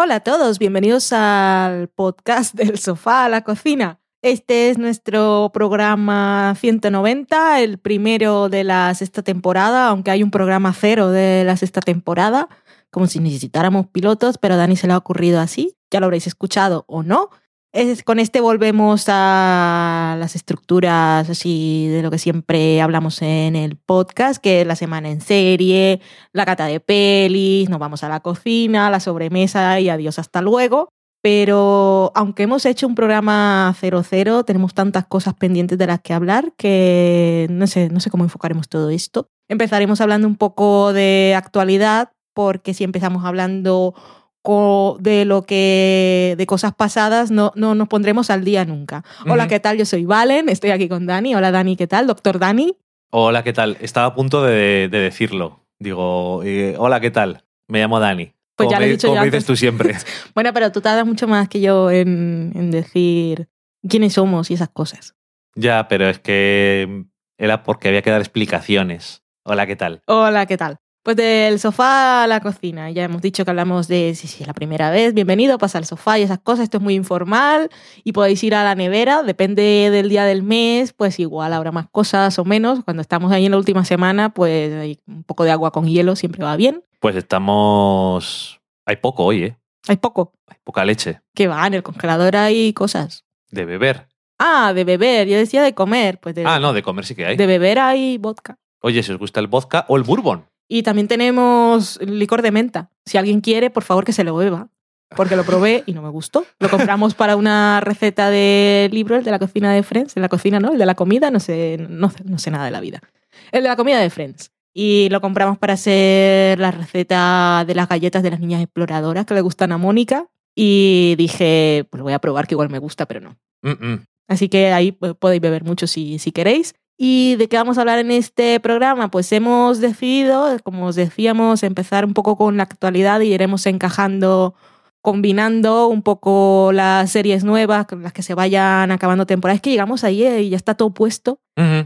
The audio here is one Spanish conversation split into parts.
Hola a todos, bienvenidos al podcast del sofá a la cocina. Este es nuestro programa 190, el primero de la sexta temporada, aunque hay un programa 0 de la sexta temporada, como si necesitáramos pilotos, pero a Dani se le ha ocurrido así, ya lo habréis escuchado o no. Con este volvemos a las estructuras así de lo que siempre hablamos en el podcast, que es la semana en serie, la cata de pelis, nos vamos a la cocina, la sobremesa y adiós hasta luego. Pero aunque hemos hecho un programa 00, tenemos tantas cosas pendientes de las que hablar que no sé cómo enfocaremos todo esto. Empezaremos hablando un poco de actualidad, porque si empezamos hablando de cosas pasadas, no nos pondremos al día nunca. Hola, ¿qué tal? Yo soy Valen, estoy aquí con Dani. Hola, Dani, ¿qué tal? Doctor Dani. Hola, ¿qué tal? Estaba a punto de decirlo. Digo, hola, ¿qué tal? Me llamo Dani. Pues ya lo he dicho como ya me dices tú siempre. Bueno, pero tú tardas mucho más que yo en decir quiénes somos y esas cosas. Ya, pero es que era porque había que dar explicaciones. Hola, ¿qué tal? Hola, ¿qué tal? Pues del sofá a la cocina. Ya hemos dicho que hablamos de si es la primera vez, bienvenido, pasa al sofá y esas cosas. Esto es muy informal y podéis ir a la nevera. Depende del día del mes, pues igual habrá más cosas o menos. Cuando estamos ahí en la última semana, pues hay un poco de agua con hielo, siempre va bien. Pues estamos... Hay poco hoy, ¿eh? Hay poco. Hay poca leche. ¿Qué va? En el congelador hay cosas. De beber. Ah, de beber. Yo decía de comer. Pues no, de comer sí que hay. De beber hay vodka. Oye, si os gusta el vodka o el bourbon. Y también tenemos licor de menta. Si alguien quiere, por favor que se lo beba. Porque lo probé y no me gustó. Lo compramos para una receta de libro, el de la cocina de Friends. En la cocina, ¿no? El de la comida, no sé nada de la vida. El de la comida de Friends. Y lo compramos para hacer la receta de las galletas de las niñas exploradoras que le gustan a Mónica. Y dije, pues lo voy a probar, que igual me gusta, pero no. Así que ahí podéis beber mucho si queréis. ¿Y de qué vamos a hablar en este programa? Pues hemos decidido, como os decíamos, empezar un poco con la actualidad y iremos encajando, combinando un poco las series nuevas con las que se vayan acabando temporadas. Es que llegamos ahí y ya está todo puesto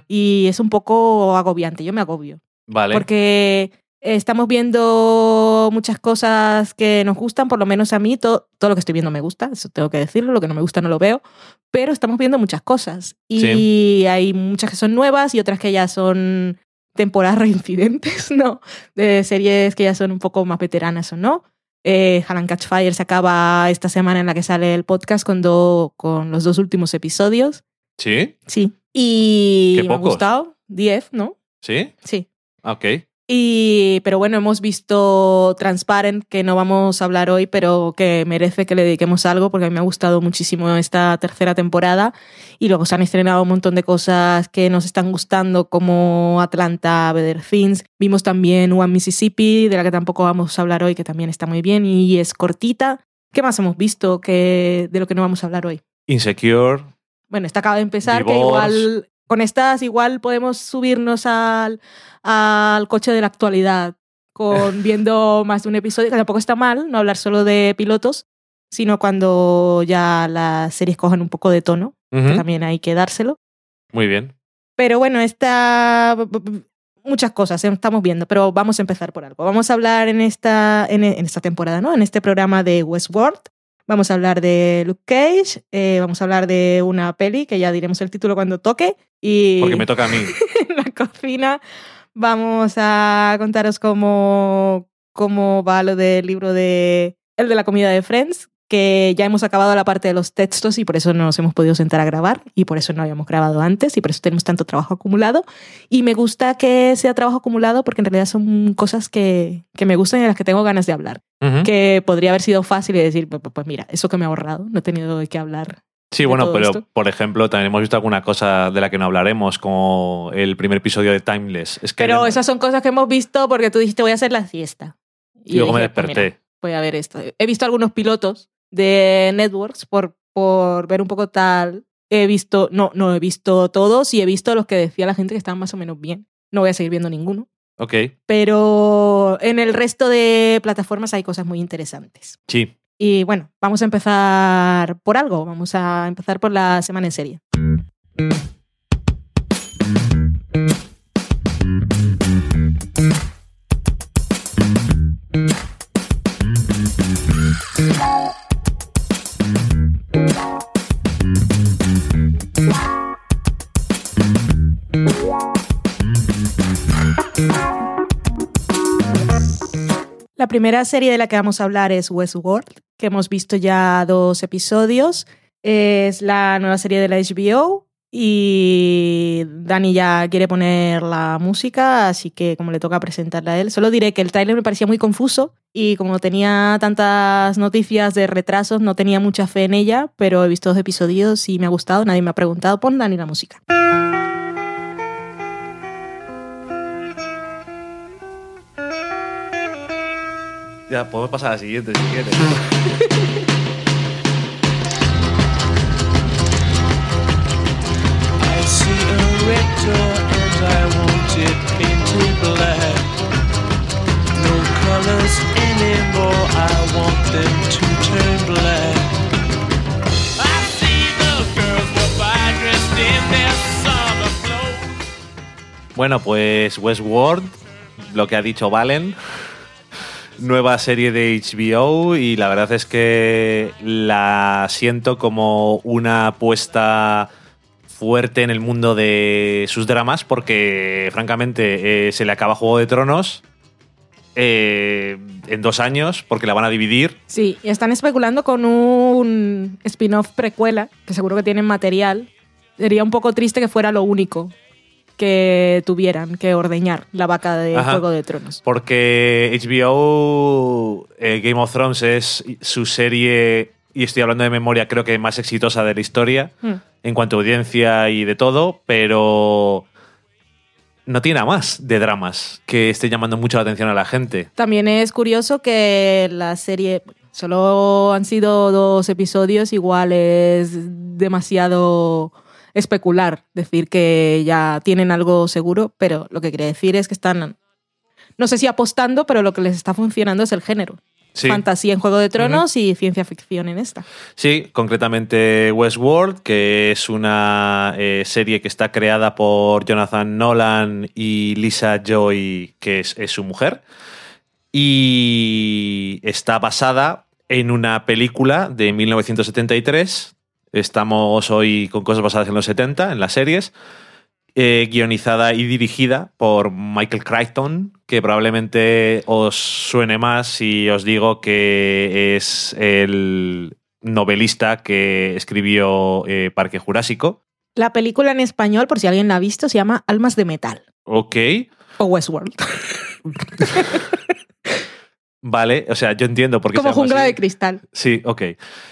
y es un poco agobiante. Yo me agobio. Vale. Porque estamos viendo muchas cosas que nos gustan, por lo menos a mí, todo lo que estoy viendo me gusta, eso tengo que decirlo, lo que no me gusta no lo veo, pero estamos viendo muchas cosas y sí. Hay muchas que son nuevas y otras que ya son temporadas reincidentes, ¿no? De series que ya son un poco más veteranas o no. Hannah Catch Fire se acaba esta semana en la que sale el podcast con los 2 últimos episodios. ¿Sí? Sí. Y ¿Qué me ha pocos? gustado. 10, ¿no? ¿Sí? Sí. Ok. Pero bueno, hemos visto Transparent, que no vamos a hablar hoy, pero que merece que le dediquemos algo porque a mí me ha gustado muchísimo esta tercera temporada y luego se han estrenado un montón de cosas que nos están gustando como Atlanta, Better Things. Vimos también One Mississippi, de la que tampoco vamos a hablar hoy, que también está muy bien y es cortita. ¿Qué más hemos visto de lo que no vamos a hablar hoy? Insecure. Bueno, esta acaba de empezar, Divorce. Que igual... Con estas igual podemos subirnos al coche de la actualidad viendo más de un episodio, que tampoco está mal no hablar solo de pilotos, sino cuando ya las series cojan un poco de tono, que también hay que dárselo. Muy bien. Pero bueno, muchas cosas estamos viendo, pero vamos a empezar por algo. Vamos a hablar en esta temporada, ¿no? En este programa de Westworld. Vamos a hablar de Luke Cage, vamos a hablar de una peli, que ya diremos el título cuando toque. Y porque me toca a mí. En la cocina vamos a contaros cómo va lo del libro el de la comida de Friends, que ya hemos acabado la parte de los textos y por eso no nos hemos podido sentar a grabar y por eso no habíamos grabado antes y por eso tenemos tanto trabajo acumulado. Y me gusta que sea trabajo acumulado porque en realidad son cosas que me gustan y de las que tengo ganas de hablar. Que podría haber sido fácil y decir, pues mira, eso que me he ahorrado, no he tenido de qué hablar. Sí, bueno, pero por ejemplo, también hemos visto alguna cosa de la que no hablaremos, como el primer episodio de Timeless. Pero esas son cosas que hemos visto porque tú dijiste, voy a hacer la siesta. Y luego me desperté. Pues mira, voy a ver esto. He visto algunos pilotos de Networks por ver un poco tal. No he visto todos y he visto los que decía la gente que estaban más o menos bien. No voy a seguir viendo ninguno. Ok. Pero en el resto de plataformas hay cosas muy interesantes. Sí. Y bueno, vamos a empezar por algo. Vamos a empezar por la semana en serie. La primera serie de la que vamos a hablar es Westworld, que hemos visto ya 2 episodios. Es la nueva serie de la HBO y Dani ya quiere poner la música, así que como le toca presentarla a él, solo diré que el tráiler me parecía muy confuso y como tenía tantas noticias de retrasos no tenía mucha fe en ella, pero he visto 2 episodios y me ha gustado, nadie me ha preguntado. Pon Dani la música. Ya, podemos pasar a la siguiente si quieres. I see a red door and I want it painted black. No colors anymore, I want them to turn black. I see the girls go by dressed in their summer clothes. Bueno, pues Westworld, lo que ha dicho Valen, nueva serie de HBO, y la verdad es que la siento como una apuesta fuerte en el mundo de sus dramas, porque francamente se le acaba Juego de Tronos en 2 años, porque la van a dividir. Sí, y están especulando con un spin-off precuela, que seguro que tienen material. Sería un poco triste que fuera lo único que tuvieran que ordeñar la vaca de Juego de Tronos. Porque HBO, Game of Thrones es su serie, y estoy hablando de memoria, creo que más exitosa de la historia, en cuanto a audiencia y de todo, pero no tiene nada más de dramas que esté llamando mucho la atención a la gente. También es curioso que la serie solo han sido 2 episodios, igual es demasiado especular decir que ya tienen algo seguro, pero lo que quiere decir es que están, no sé si apostando, pero lo que les está funcionando es el género. Sí. Fantasía en Juego de Tronos y ciencia ficción en esta. Sí, concretamente Westworld, que es una serie que está creada por Jonathan Nolan y Lisa Joy, que es su mujer, y está basada en una película de 1973. Estamos hoy con cosas basadas en los 70, en las series, guionizada y dirigida por Michael Crichton, que probablemente os suene más si os digo que es el novelista que escribió Parque Jurásico. La película en español, por si alguien la ha visto, se llama Almas de Metal. Ok. O Westworld. Vale, o sea, yo entiendo por qué como se llama Jungla así. de Cristal. Sí, ok.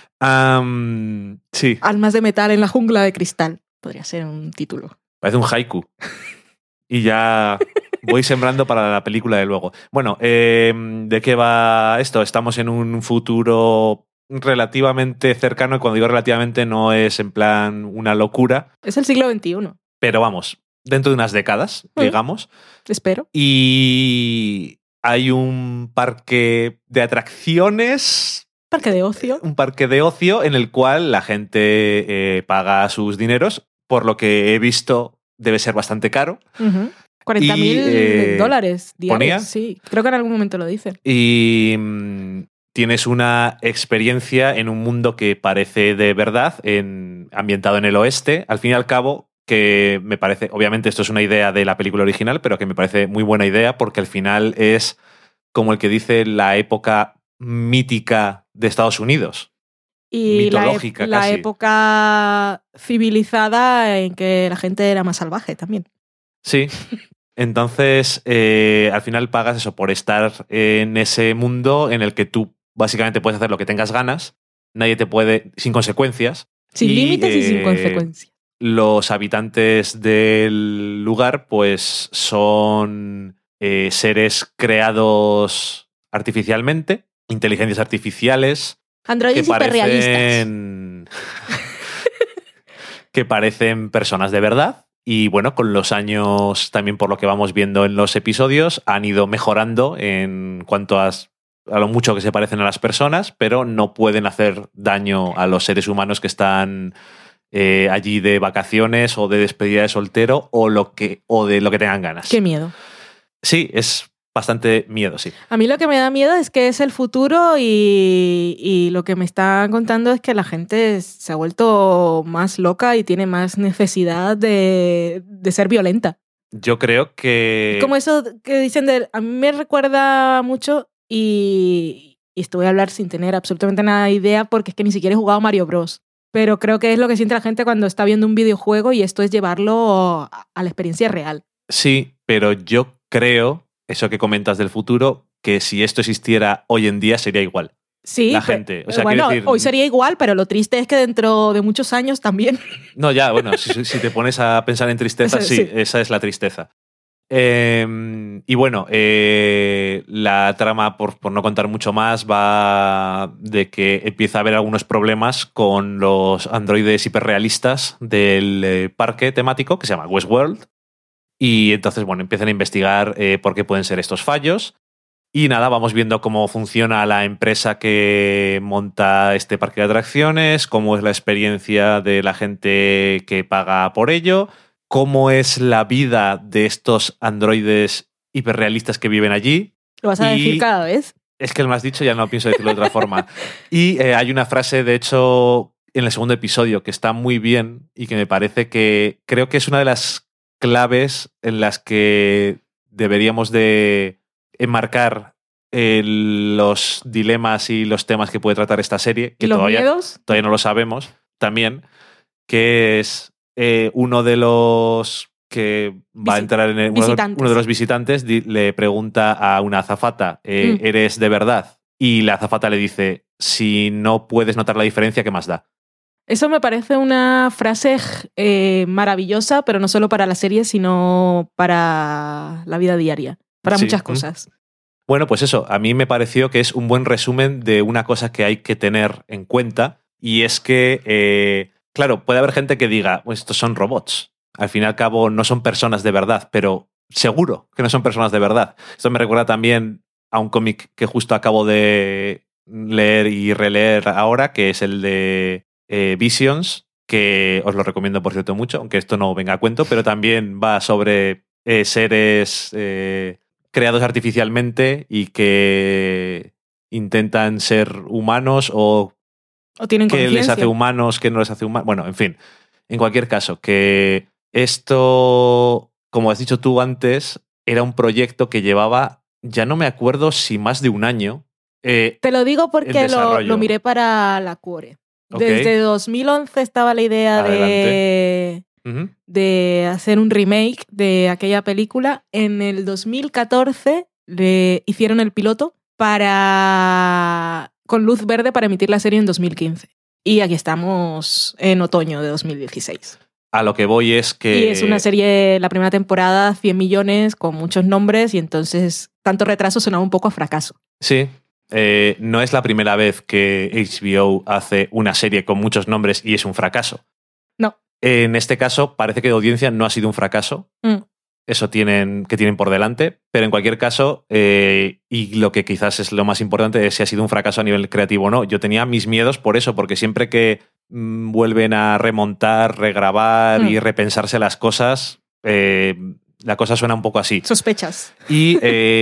Sí. Almas de Metal en la Jungla de Cristal. Podría ser un título. Parece un haiku. Y ya voy sembrando para la película de luego. Bueno, ¿de qué va esto? Estamos en un futuro relativamente cercano, y cuando digo relativamente no es en plan una locura. Es el siglo XXI. Pero vamos, dentro de unas décadas, digamos. Espero. Y hay un parque de atracciones... Parque de ocio. Un parque de ocio en el cual la gente paga sus dineros. Por lo que he visto, debe ser bastante caro. 40.000 dólares diarios. ¿Ponía? Sí, creo que en algún momento lo dicen. Y tienes una experiencia en un mundo que parece de verdad, ambientado en el oeste. Al fin y al cabo, que me parece, obviamente esto es una idea de la película original, pero que me parece muy buena idea, porque al final es como el que dice la época mítica de Estados Unidos. Y mitológica, la época civilizada en que la gente era más salvaje también. Sí. Entonces, al final pagas eso por estar en ese mundo en el que tú básicamente puedes hacer lo que tengas ganas, nadie te puede, sin consecuencias. Sin límites y sin consecuencias. Los habitantes del lugar, pues, son seres creados artificialmente, inteligencias artificiales. Androides hiperrealistas. Que parecen personas de verdad. Y bueno, con los años, también por lo que vamos viendo en los episodios, han ido mejorando en cuanto a lo mucho que se parecen a las personas, pero no pueden hacer daño a los seres humanos que están allí de vacaciones o de despedida de soltero o de lo que tengan ganas. Qué miedo. Sí, es bastante miedo, sí. A mí lo que me da miedo es que es el futuro y lo que me están contando es que la gente se ha vuelto más loca y tiene más necesidad de ser violenta. Yo creo que... Como eso que dicen a mí me recuerda mucho y esto voy a hablar sin tener absolutamente nada de idea porque es que ni siquiera he jugado Mario Bros. Pero creo que es lo que siente la gente cuando está viendo un videojuego y esto es llevarlo a la experiencia real. Sí, pero yo creo, eso que comentas del futuro, que si esto existiera hoy en día sería igual. Sí, la gente. O sea, bueno, quiero decir, hoy sería igual, pero lo triste es que dentro de muchos años también. No, ya, bueno, si te pones a pensar en tristeza, sí, esa es la tristeza. Y bueno, la trama, por no contar mucho más, va de que empieza a haber algunos problemas con los androides hiperrealistas del parque temático que se llama Westworld. Y entonces, bueno, empiezan a investigar por qué pueden ser estos fallos. Y nada, vamos viendo cómo funciona la empresa que monta este parque de atracciones, cómo es la experiencia de la gente que paga por ello, cómo es la vida de estos androides hiperrealistas que viven allí. ¿Lo vas a decir cada vez? Es que lo has dicho, ya no pienso decirlo de otra forma. Y hay una frase, de hecho, en el segundo episodio que está muy bien y que me parece que creo que es una de las claves en las que deberíamos de enmarcar los dilemas y los temas que puede tratar esta serie, que todavía no lo sabemos, también, que es uno de los que va a entrar en uno de los visitantes le pregunta a una azafata, ¿eres de verdad? Y la azafata le dice, si no puedes notar la diferencia, ¿qué más da? Eso me parece una frase maravillosa, pero no solo para la serie, sino para la vida diaria, para muchas cosas. Bueno, pues eso, a mí me pareció que es un buen resumen de una cosa que hay que tener en cuenta, y es que, claro, puede haber gente que diga, pues estos son robots. Al fin y al cabo no son personas de verdad, pero seguro que no son personas de verdad. Esto me recuerda también a un cómic que justo acabo de leer y releer ahora, que es el de Visions, que os lo recomiendo, por cierto, mucho, aunque esto no venga a cuento, pero también va sobre seres creados artificialmente y que intentan ser humanos o tienen que les hace humanos, que no les hace humanos. Bueno, en fin, en cualquier caso, que esto, como has dicho tú antes, era un proyecto que llevaba, ya no me acuerdo si más de un año. Te lo digo porque lo miré para la Cuore. Okay. Desde 2011 estaba la idea de hacer un remake de aquella película. En el 2014 le hicieron el piloto con luz verde para emitir la serie en 2015. Y aquí estamos en otoño de 2016. A lo que voy es que... Y es una serie, la primera temporada, 100 millones, con muchos nombres, y entonces tanto retraso sonaba un poco a fracaso. Sí. No es la primera vez que HBO hace una serie con muchos nombres y es un fracaso. No. En este caso, parece que de audiencia no ha sido un fracaso. Eso tienen por delante. Pero en cualquier caso, y lo que quizás es lo más importante es si ha sido un fracaso a nivel creativo o no. Yo tenía mis miedos por eso, porque siempre que vuelven a remontar, regrabar y repensarse las cosas, la cosa suena un poco así. Sospechas. Y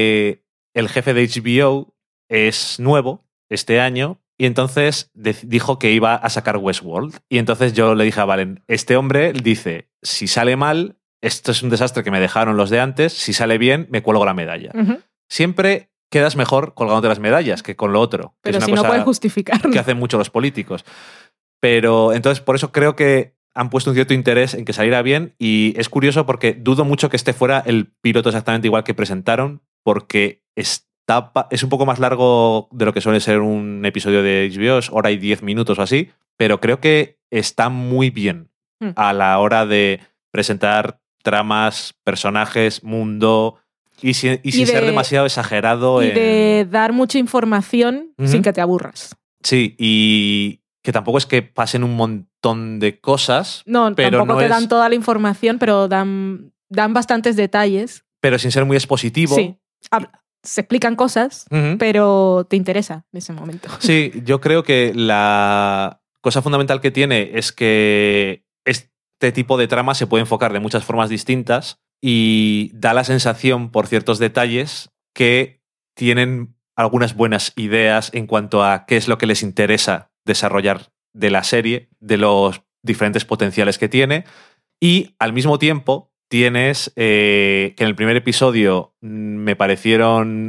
el jefe de HBO es nuevo este año y entonces dijo que iba a sacar Westworld. Y entonces yo le dije a Valen, este hombre dice, si sale mal, esto es un desastre que me dejaron los de antes, si sale bien, me cuelgo la medalla. Siempre quedas mejor colgándote las medallas que con lo otro. Pero es una si cosa no puedes justificarlo. Que hacen mucho los políticos. Pero entonces por eso creo que han puesto un cierto interés en que saliera bien, y es curioso porque dudo mucho que este fuera el piloto exactamente igual que presentaron, porque es un poco más largo de lo que suele ser un episodio de HBO, es hora y 10 minutos o así, pero creo que está muy bien a la hora de presentar tramas, personajes, mundo, y sin ser demasiado exagerado. Y de dar mucha información sin que te aburras. Sí, y que tampoco es que pasen un montón de cosas. No, pero tampoco te dan toda la información, pero dan bastantes detalles. Pero sin ser muy expositivo. Sí. Se explican cosas, pero te interesa en ese momento. Sí, yo creo que la cosa fundamental que tiene es que este tipo de trama se puede enfocar de muchas formas distintas y da la sensación, por ciertos detalles, que tienen algunas buenas ideas en cuanto a qué es lo que les interesa desarrollar de la serie, de los diferentes potenciales que tiene, y al mismo tiempo tienes que en el primer episodio me parecieron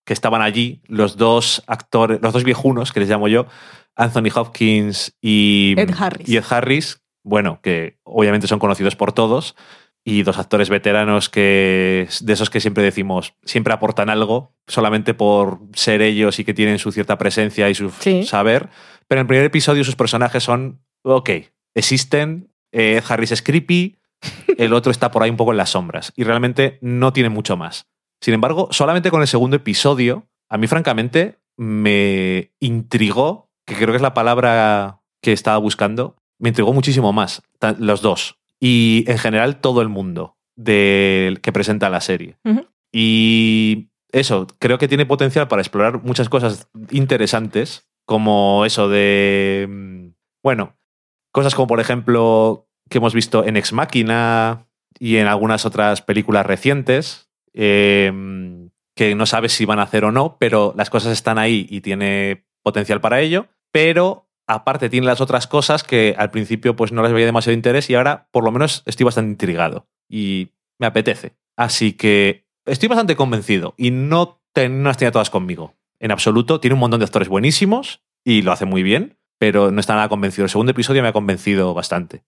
que estaban allí, los dos actores, los dos viejunos, que les llamo yo, Anthony Hopkins y Ed Harris. y Ed Harris, bueno, que obviamente son conocidos por todos, y dos actores veteranos de esos que siempre decimos, siempre aportan algo, solamente por ser ellos y que tienen su cierta presencia y su saber. Pero en el primer episodio sus personajes son, ok, existen, Ed Harris es creepy, el otro está por ahí un poco en las sombras, y realmente no tiene mucho más. Sin embargo, solamente con el segundo episodio, a mí francamente me intrigó, que creo que es la palabra que estaba buscando, me intrigó muchísimo más, los dos. Y en general todo el mundo que presenta la serie. Uh-huh. Y eso, creo que tiene potencial para explorar muchas cosas interesantes, como eso de, bueno, cosas como por ejemplo que hemos visto en Ex Machina y en algunas otras películas recientes, que no sabes si van a hacer o no, pero las cosas están ahí y tiene potencial para ello, pero aparte tiene las otras cosas que al principio pues no les veía demasiado interés y ahora por lo menos estoy bastante intrigado y me apetece. Así que estoy bastante convencido y no las tiene todas conmigo. En absoluto, tiene un montón de actores buenísimos y lo hace muy bien, pero no está nada convencido. El segundo episodio me ha convencido bastante.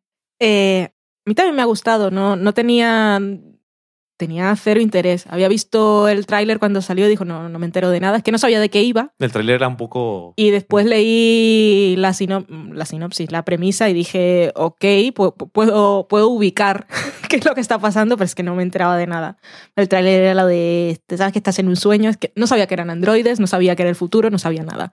A mí también me ha gustado, no tenía cero interés. Había visto el tráiler cuando salió y dijo, no me entero de nada. Es que no sabía de qué iba. El tráiler era un poco... Y después leí la sinopsis, la premisa, y dije, ok, puedo ubicar qué es lo que está pasando, pero es que no me enteraba de nada. El tráiler era lo de, te sabes que estás en un sueño, es que no sabía que eran androides, no sabía que era el futuro, no sabía nada.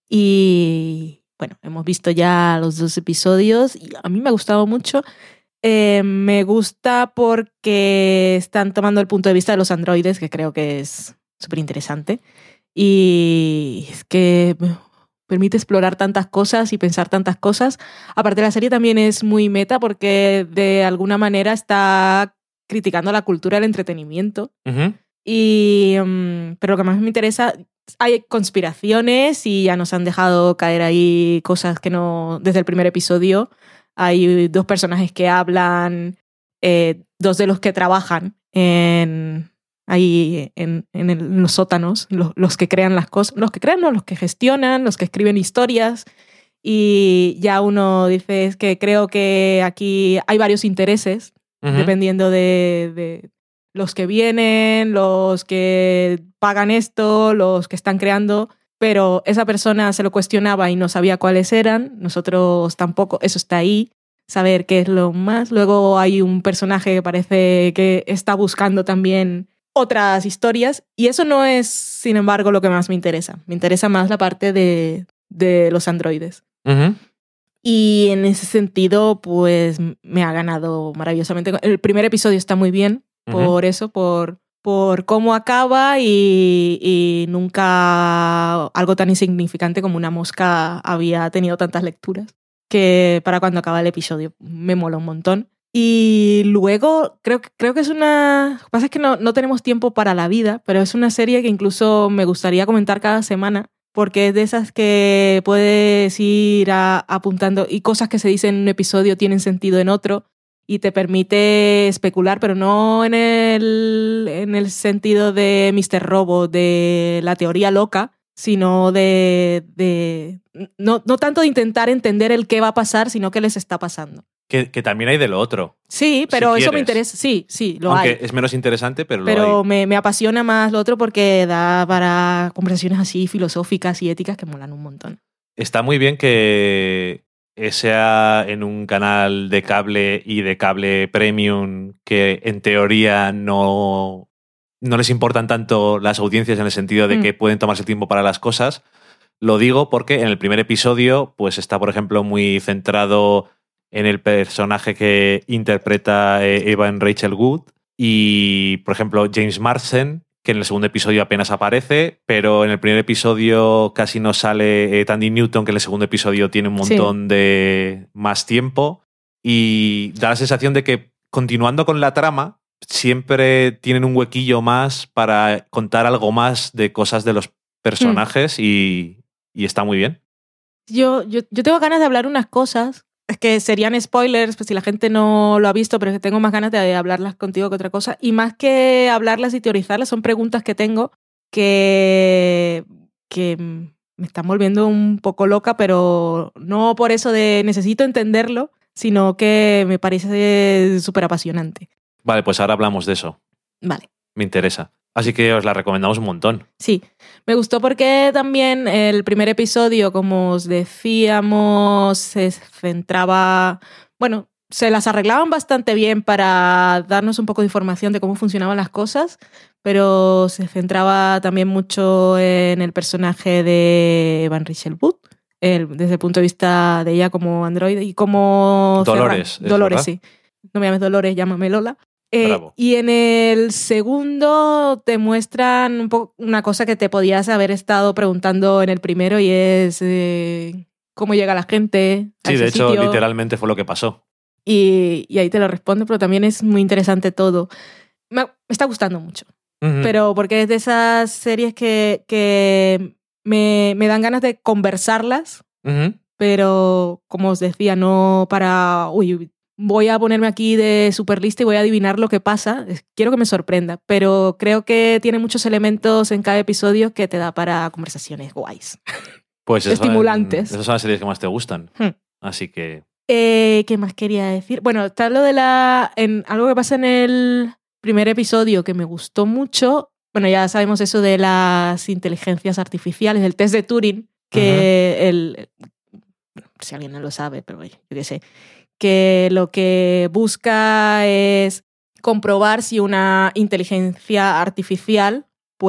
Y bueno, hemos visto ya los 2 episodios y a mí me ha gustado mucho. Me gusta porque están tomando el punto de vista de los androides, que creo que es súper interesante. Y es que permite explorar tantas cosas y pensar tantas cosas. Aparte, la serie también es muy meta porque de alguna manera está criticando la cultura del entretenimiento. Uh-huh. Pero lo que más me interesa, hay conspiraciones y ya nos han dejado caer ahí cosas que no, desde el primer episodio. Hay 2 personajes que hablan, 2 de los que trabajan ahí en los sótanos, los que crean las cosas, los que gestionan, los que escriben historias. Y ya uno dice, es que creo que aquí hay varios intereses, uh-huh, dependiendo de los que vienen, los que pagan esto, los que están creando. Pero esa persona se lo cuestionaba y no sabía cuáles eran, nosotros tampoco, eso está ahí, saber qué es lo más. Luego hay un personaje que parece que está buscando también otras historias y eso no es, sin embargo, lo que más me interesa. Me interesa más la parte de los androides. Uh-huh. Y en ese sentido, pues me ha ganado maravillosamente. El primer episodio está muy bien, uh-huh, por eso, por cómo acaba y nunca algo tan insignificante como una mosca había tenido tantas lecturas que para cuando acaba el episodio me mola un montón. Y luego creo que es una... Lo que pasa es que no tenemos tiempo para la vida, pero es una serie que incluso me gustaría comentar cada semana porque es de esas que puedes ir apuntando y cosas que se dicen en un episodio tienen sentido en otro. Y te permite especular, pero no en el sentido de Mr. Robot, de la teoría loca, sino no tanto de intentar entender el qué va a pasar, sino qué les está pasando. Que también hay de lo otro. Sí, pero si eso quieres. Me interesa. Sí, lo Aunque hay. Aunque es menos interesante, pero lo hay. Pero me apasiona más lo otro porque da para conversaciones así filosóficas y éticas que molan un montón. Está muy bien que sea en un canal de cable y de cable premium que en teoría no les importan tanto las audiencias en el sentido de que pueden tomarse tiempo para las cosas. Lo digo porque en el primer episodio pues está, por ejemplo, muy centrado en el personaje que interpreta Evan Rachel Wood y, por ejemplo, James Marsden, que en el segundo episodio apenas aparece, pero en el primer episodio casi no sale Tandy Newton, que en el segundo episodio tiene un montón de más tiempo, y da la sensación de que, continuando con la trama, siempre tienen un huequillo más para contar algo más de cosas de los personajes y está muy bien. Yo tengo ganas de hablar unas cosas, es que serían spoilers, pues si la gente no lo ha visto, pero que tengo más ganas de hablarlas contigo que otra cosa. Y más que hablarlas y teorizarlas, son preguntas que tengo que me están volviendo un poco loca, pero no por eso de necesito entenderlo, sino que me parece súper apasionante. Vale, pues ahora hablamos de eso. Vale. Me interesa. Así que os la recomendamos un montón. Sí, me gustó porque también el primer episodio, como os decíamos, se centraba... Bueno, se las arreglaban bastante bien para darnos un poco de información de cómo funcionaban las cosas, pero se centraba también mucho en el personaje de Evan Rachel Wood, desde el punto de vista de ella como androide y como... Dolores. Dolores, sí. No me llames Dolores, llámame Lola. Bravo. Y en el segundo te muestran un poco una cosa que te podías haber estado preguntando en el primero y es cómo llega la gente a Sí, ese de hecho, sitio. literalmente fue lo que pasó. Y ahí te lo respondo, pero también es muy interesante todo. Me está gustando mucho, Ujú. pero porque es de esas series que me dan ganas de conversarlas, Ujú. pero como os decía, no para... Uy, voy a ponerme aquí de superlista y voy a adivinar lo que pasa. Quiero que me sorprenda, pero creo que tiene muchos elementos en cada episodio que te da para conversaciones guays. Pues Estimulantes. Esas son las series que más te gustan. Hmm. Así que... ¿Qué más quería decir? Bueno, está lo de algo que pasa en el primer episodio que me gustó mucho. Bueno, ya sabemos eso de las inteligencias artificiales, del test de Turing, que si alguien no lo sabe, pero yo qué sé, que lo que busca es comprobar si una inteligencia artificial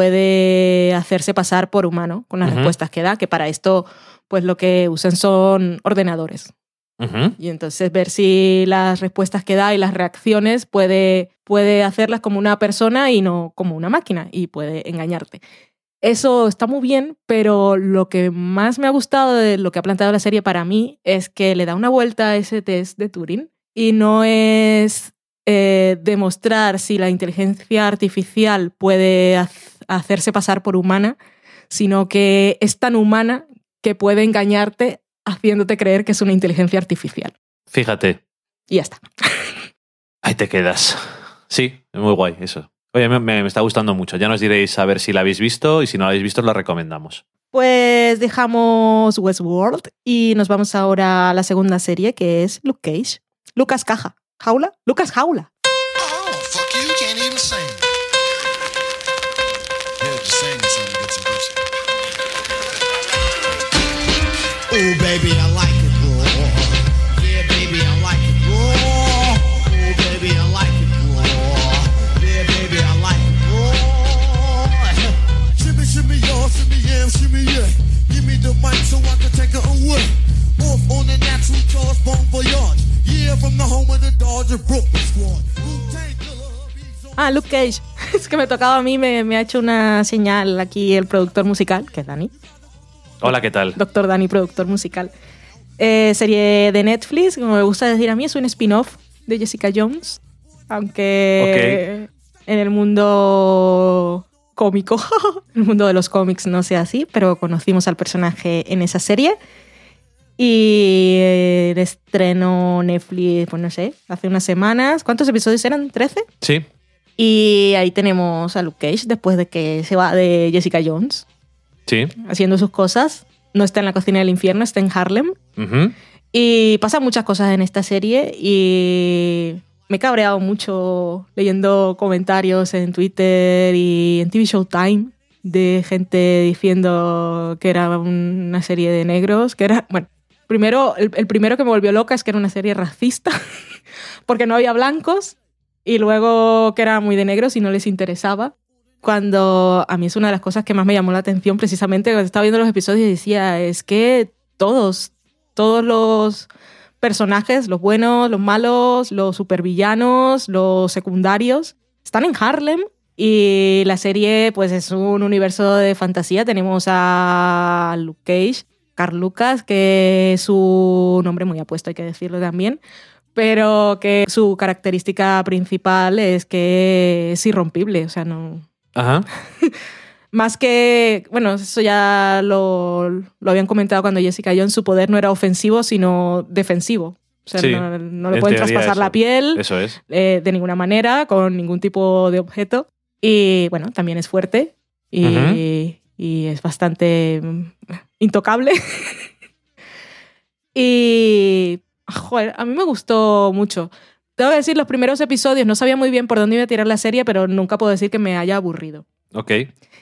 puede hacerse pasar por humano con las respuestas que da, que para esto pues lo que usan son ordenadores. Y entonces ver si las respuestas que da y las reacciones puede hacerlas como una persona y no como una máquina, y puede engañarte. Eso está muy bien, pero lo que más me ha gustado de lo que ha planteado la serie para mí es que le da una vuelta a ese test de Turing y no es demostrar si la inteligencia artificial puede hacerse pasar por humana, sino que es tan humana que puede engañarte haciéndote creer que es una inteligencia artificial. Fíjate. Y ya está. Ahí te quedas. Sí, es muy guay eso. Oye, me está gustando mucho. Ya nos diréis a ver si la habéis visto y si no la habéis visto, os la recomendamos. Pues dejamos Westworld y nos vamos ahora a la segunda serie, que es Luke Cage. Lucas Caja. ¿Jaula? Lucas Jaula. Oh, fuck you, can't even sing. Yeah, just sing something, get some pussy. Oh, baby, I like it raw. Yeah, baby, I like it raw. Oh, baby, I like it raw. Yeah, baby, I like it raw. Shimmy, shimmy, y'all, shimmy, yeah, shimmy, yeah. Give me the mic so I can take it away. Off on the natural charge, bon voyage. Yeah, from the home of the Dodger Brooklyn squad. Ah, Luke Cage. Es que me tocaba a mí, me ha hecho una señal aquí el productor musical, que es Dani. Hola, ¿qué tal? Doctor Dani, productor musical. Serie de Netflix, como me gusta decir a mí, es un spin-off de Jessica Jones. Aunque en el mundo cómico, en el mundo de los cómics no sea así, pero conocimos al personaje en esa serie. Y el estreno Netflix, pues no sé, hace unas semanas. ¿Cuántos episodios eran? ¿13? Sí. Y ahí tenemos a Luke Cage después de que se va de Jessica Jones. Sí. Haciendo sus cosas. No está en la cocina del infierno, está en Harlem. Y pasan muchas cosas en esta serie y me he cabreado mucho leyendo comentarios en Twitter y en TV Showtime de gente diciendo que era una serie de negros, que era... Bueno, primero, el primero que me volvió loca es que era una serie racista porque no había blancos, y luego que era muy de negros y no les interesaba. Cuando a mí es una de las cosas que más me llamó la atención, precisamente cuando estaba viendo los episodios, y decía, es que todos los personajes, los buenos, los malos, los supervillanos, los secundarios, están en Harlem. Y la serie pues es un universo de fantasía. Tenemos a Luke Cage, Carl Lucas, que es un nombre muy apuesto, hay que decirlo también, pero que su característica principal es que es irrompible, o sea, no... Ajá. Más que, bueno, eso ya lo habían comentado cuando Jessica Jones, su poder no era ofensivo, sino defensivo. O sea, sí, no le pueden traspasar la piel eso es. De ninguna manera, con ningún tipo de objeto. Y bueno, también es fuerte. y es bastante intocable. Y, joder, a mí me gustó mucho. Tengo que decir, los primeros episodios no sabía muy bien por dónde iba a tirar la serie, pero nunca puedo decir que me haya aburrido. Ok.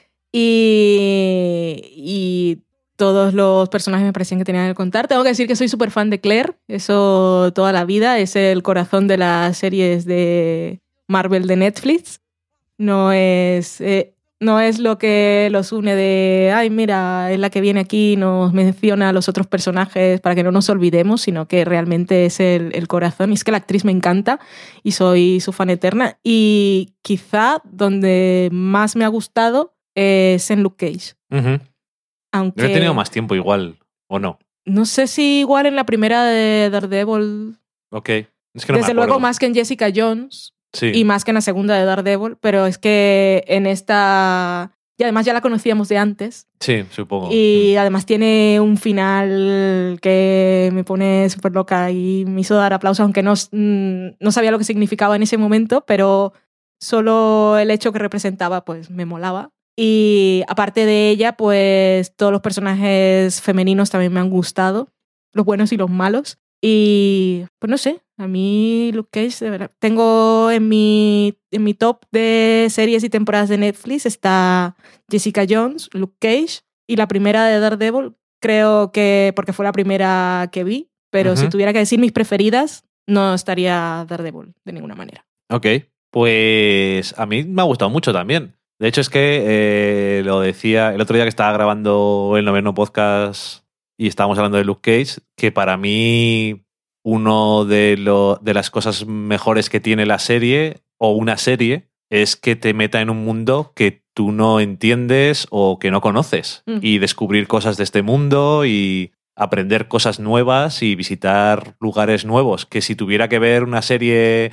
Y todos los personajes me parecían que tenían que contar. Tengo que decir que soy súper fan de Claire, eso toda la vida. Es el corazón de las series de Marvel de Netflix. No es lo que los une de, ay, mira, es la que viene aquí y nos menciona a los otros personajes para que no nos olvidemos, sino que realmente es el corazón. Y es que la actriz me encanta y soy su fan eterna. Y quizá donde más me ha gustado es en Luke Cage. Uh-huh. Aunque Yo he tenido más tiempo igual, ¿o no? No sé si igual en la primera de Daredevil. Ok. Es que no Desde me acuerdo. luego más que en Jessica Jones. Sí. Y más que en la segunda de Daredevil, pero es que en esta... Y además ya la conocíamos de antes. Sí, supongo. Y además tiene un final que me pone súper loca y me hizo dar aplausos, aunque no sabía lo que significaba en ese momento, pero solo el hecho que representaba pues me molaba. Y aparte de ella, pues todos los personajes femeninos también me han gustado, los buenos y los malos. Y pues no sé, a mí Luke Cage, de verdad, tengo en mi top de series y temporadas de Netflix está Jessica Jones, Luke Cage y la primera de Daredevil, creo que porque fue la primera que vi, pero Uh-huh. si tuviera que decir mis preferidas, no estaría Daredevil de ninguna manera. Ok, pues a mí me ha gustado mucho también. De hecho es que lo decía el otro día que estaba grabando el 9º podcast y estábamos hablando de Luke Cage, que para mí uno de las cosas mejores que tiene la serie o una serie es que te meta en un mundo que tú no entiendes o que no conoces y descubrir cosas de este mundo y aprender cosas nuevas y visitar lugares nuevos, que si tuviera que ver una serie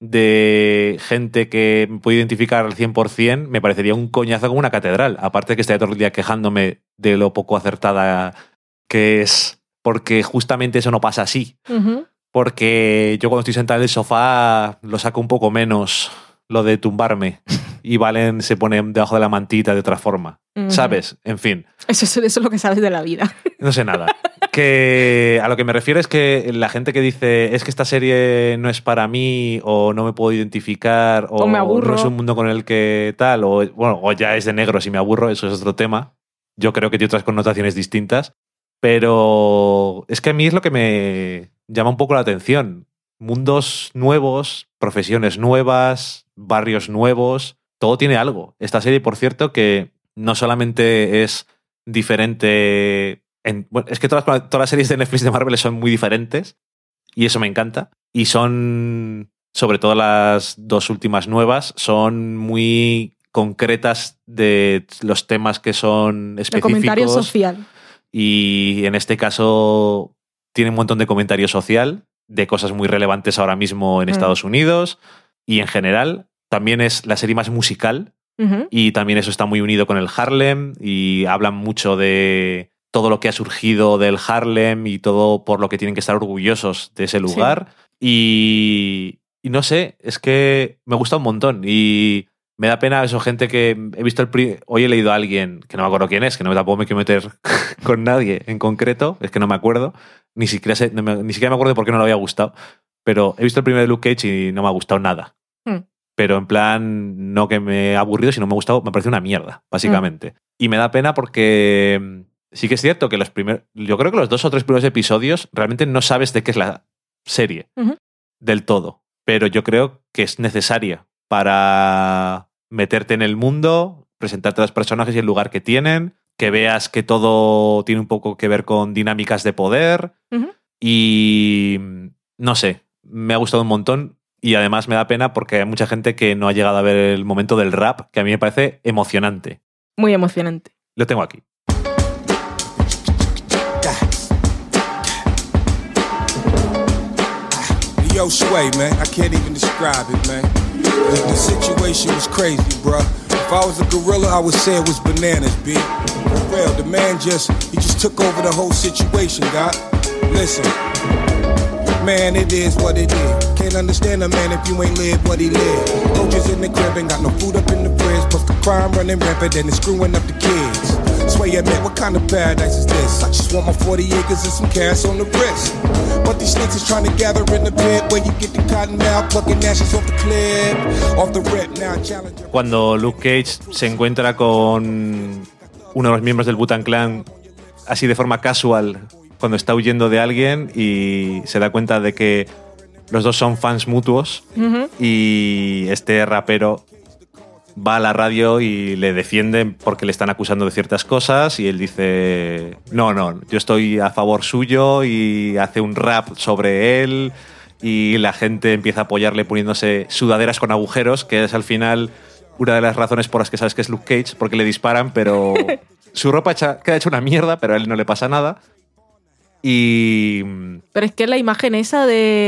de gente que me puede identificar al 100%, me parecería un coñazo como una catedral. Aparte de que estaría todo el día quejándome de lo poco acertada que es, porque justamente eso no pasa así. Uh-huh. Porque yo cuando estoy sentado en el sofá lo saco un poco menos, lo de tumbarme, y Valen se pone debajo de la mantita de otra forma. Uh-huh. ¿Sabes? En fin. Eso es lo que sabes de la vida. No sé nada. Que a lo que me refiero es que la gente que dice es que esta serie no es para mí o no me puedo identificar o me aburro, no es un mundo con el que tal o ya es de negro si me aburro, eso es otro tema. Yo creo que tiene otras connotaciones distintas, pero es que a mí es lo que me llama un poco la atención. Mundos nuevos, profesiones nuevas, barrios nuevos, todo tiene algo. Esta serie, por cierto, que no solamente es diferente... es que todas las series de Netflix de Marvel son muy diferentes y eso me encanta. Y son, sobre todo las dos últimas nuevas, son muy concretas de los temas que son específicos. El comentario social. Y en este caso tiene un montón de comentario social de cosas muy relevantes ahora mismo en Estados Unidos y en general. También es la serie más musical y también eso está muy unido con el Harlem y hablan mucho de todo lo que ha surgido del Harlem y todo por lo que tienen que estar orgullosos de ese lugar. Sí. Y no sé, es que me gusta un montón y me da pena eso, gente que he visto hoy he leído a alguien, que no me acuerdo quién es, que no tampoco me quiero meter con nadie en concreto, es que no me acuerdo, ni siquiera me acuerdo de por qué no le había gustado, pero he visto el primer de Luke Cage y no me ha gustado nada. Pero en plan, no que me ha aburrido, sino me ha gustado, me parece una mierda, básicamente. Y me da pena porque sí que es cierto que yo creo que los 2 o 3 primeros episodios realmente no sabes de qué es la serie del todo, pero yo creo que es necesaria para meterte en el mundo, presentarte a los personajes y el lugar que tienen, que veas que todo tiene un poco que ver con dinámicas de poder y no sé, me ha gustado un montón y además me da pena porque hay mucha gente que no ha llegado a ver el momento del rap, que a mí me parece emocionante. Muy emocionante. Lo tengo aquí. Yo, Sway, man, I can't even describe it, man. The situation was crazy, bruh. If I was a gorilla, I would say it was bananas, B. For real, the man just took over the whole situation, God. Listen, man, it is what it is. Can't understand a man if you ain't live what he lived. Coaches in the crib ain't got no food up in the fridge, plus the Crime running rampant and it's screwing up the kids. Swear, man, what kind of paradise is this? I just want my 40 acres and some cash on the wrist. But these snakes is trying to gather in the pit where you get the cotton out, plucking ashes off the clip, off the rip. Now challenge. Cuando Luke Cage se encuentra con uno de los miembros del Wu-Tang Clan así de forma casual cuando está huyendo de alguien y se da cuenta de que los dos son fans mutuos y este rapero va a la radio y le defienden porque le están acusando de ciertas cosas y él dice no, yo estoy a favor suyo y hace un rap sobre él y la gente empieza a apoyarle poniéndose sudaderas con agujeros, que es al final una de las razones por las que sabes que es Luke Cage, porque le disparan, pero su ropa queda hecha una mierda, pero a él no le pasa nada. Pero es que la imagen esa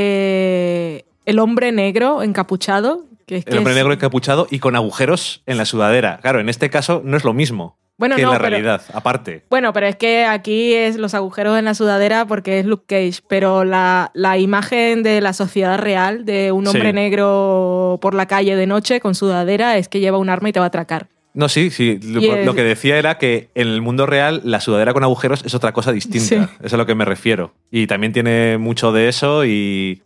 de el hombre negro encapuchado... El hombre negro encapuchado y con agujeros en la sudadera. Claro, en este caso no es lo mismo que en la realidad, aparte. Bueno, pero es que aquí es los agujeros en la sudadera porque es Luke Cage, pero la imagen de la sociedad real de un hombre negro por la calle de noche con sudadera es que lleva un arma y te va a atracar. No, sí. Lo que decía era que en el mundo real la sudadera con agujeros es otra cosa distinta. Sí. Eso es a lo que me refiero. Y también tiene mucho de eso y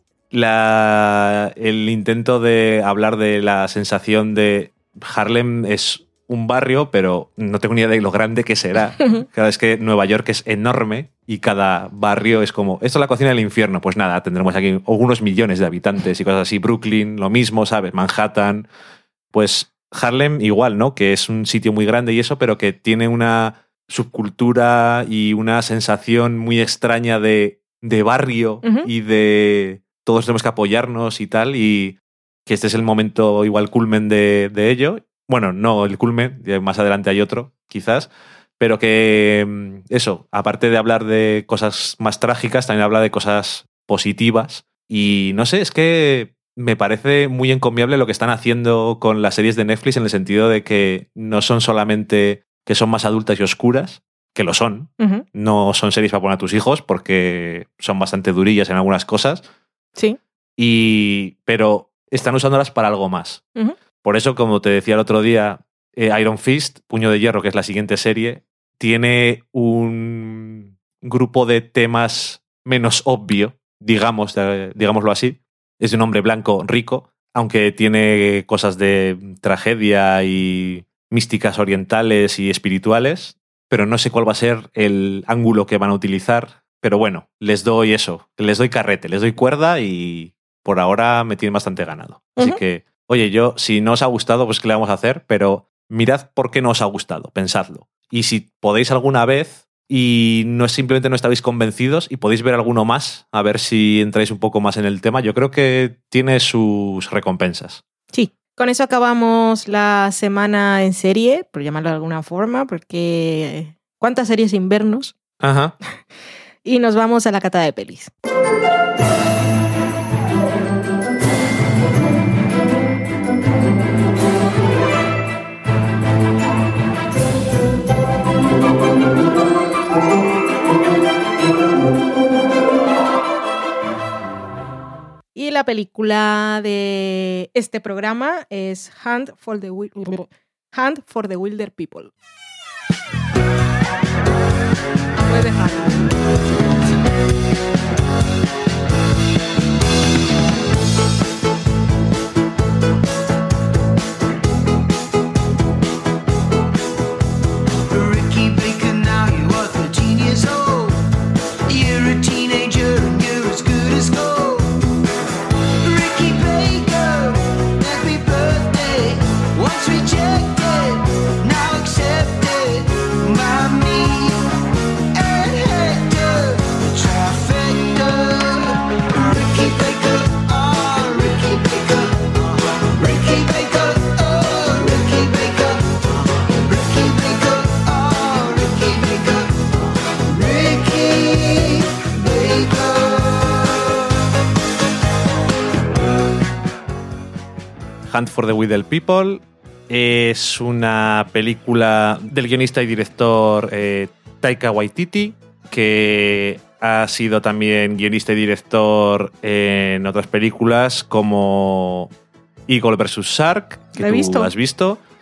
el intento de hablar de la sensación de Harlem es un barrio, pero no tengo ni idea de lo grande que será. Cada vez que Nueva York es enorme y cada barrio es como, esto es la cocina del infierno. Pues nada, tendremos aquí algunos millones de habitantes y cosas así. Brooklyn, lo mismo, ¿sabes? Manhattan. Pues Harlem igual, ¿no? Que es un sitio muy grande y eso, pero que tiene una subcultura y una sensación muy extraña de barrio y de todos tenemos que apoyarnos y tal, y que este es el momento igual culmen de ello. Bueno, no el culmen, más adelante hay otro, quizás, pero que eso, aparte de hablar de cosas más trágicas, también habla de cosas positivas. Y no sé, es que me parece muy encomiable lo que están haciendo con las series de Netflix en el sentido de que no son solamente que son más adultas y oscuras, que lo son. No son series para poner a tus hijos porque son bastante durillas en algunas cosas. Sí. Pero están usándolas para algo más. Por eso, como te decía el otro día, Iron Fist, Puño de Hierro, que es la siguiente serie, tiene un grupo de temas menos obvio, digámoslo así. Es de un hombre blanco rico, aunque tiene cosas de tragedia y místicas orientales y espirituales, pero no sé cuál va a ser el ángulo que van a utilizar. Pero bueno, les doy carrete, les doy cuerda y por ahora me tienen bastante ganado. Así que, oye, si no os ha gustado, pues ¿qué le vamos a hacer? Pero mirad por qué no os ha gustado, pensadlo. Y si podéis alguna vez y simplemente no estabais convencidos y podéis ver alguno más, a ver si entráis un poco más en el tema, yo creo que tiene sus recompensas. Sí. Con eso acabamos la semana en serie, por llamarlo de alguna forma, porque ¿cuántas series sin vernos? Ajá. Y nos vamos a la cata de pelis. Y la película de este programa es Hunt for the Wilder People. Voy a dejarla. Ricky Baker, now you are 13 years old. You're a teenager and you're as good as gold. Ricky Baker, happy birthday. Once rejected, now accepted by me and Hector, the trifecta. Ricky Baker, oh, Ricky Baker, Ricky Baker, oh, Ricky Baker, Ricky Baker, oh, Ricky Baker, Ricky Baker. Hunt for the Wilder People es una película del guionista y director Taika Waititi, que ha sido también guionista y director en otras películas como Eagle vs. Shark, que tú has visto.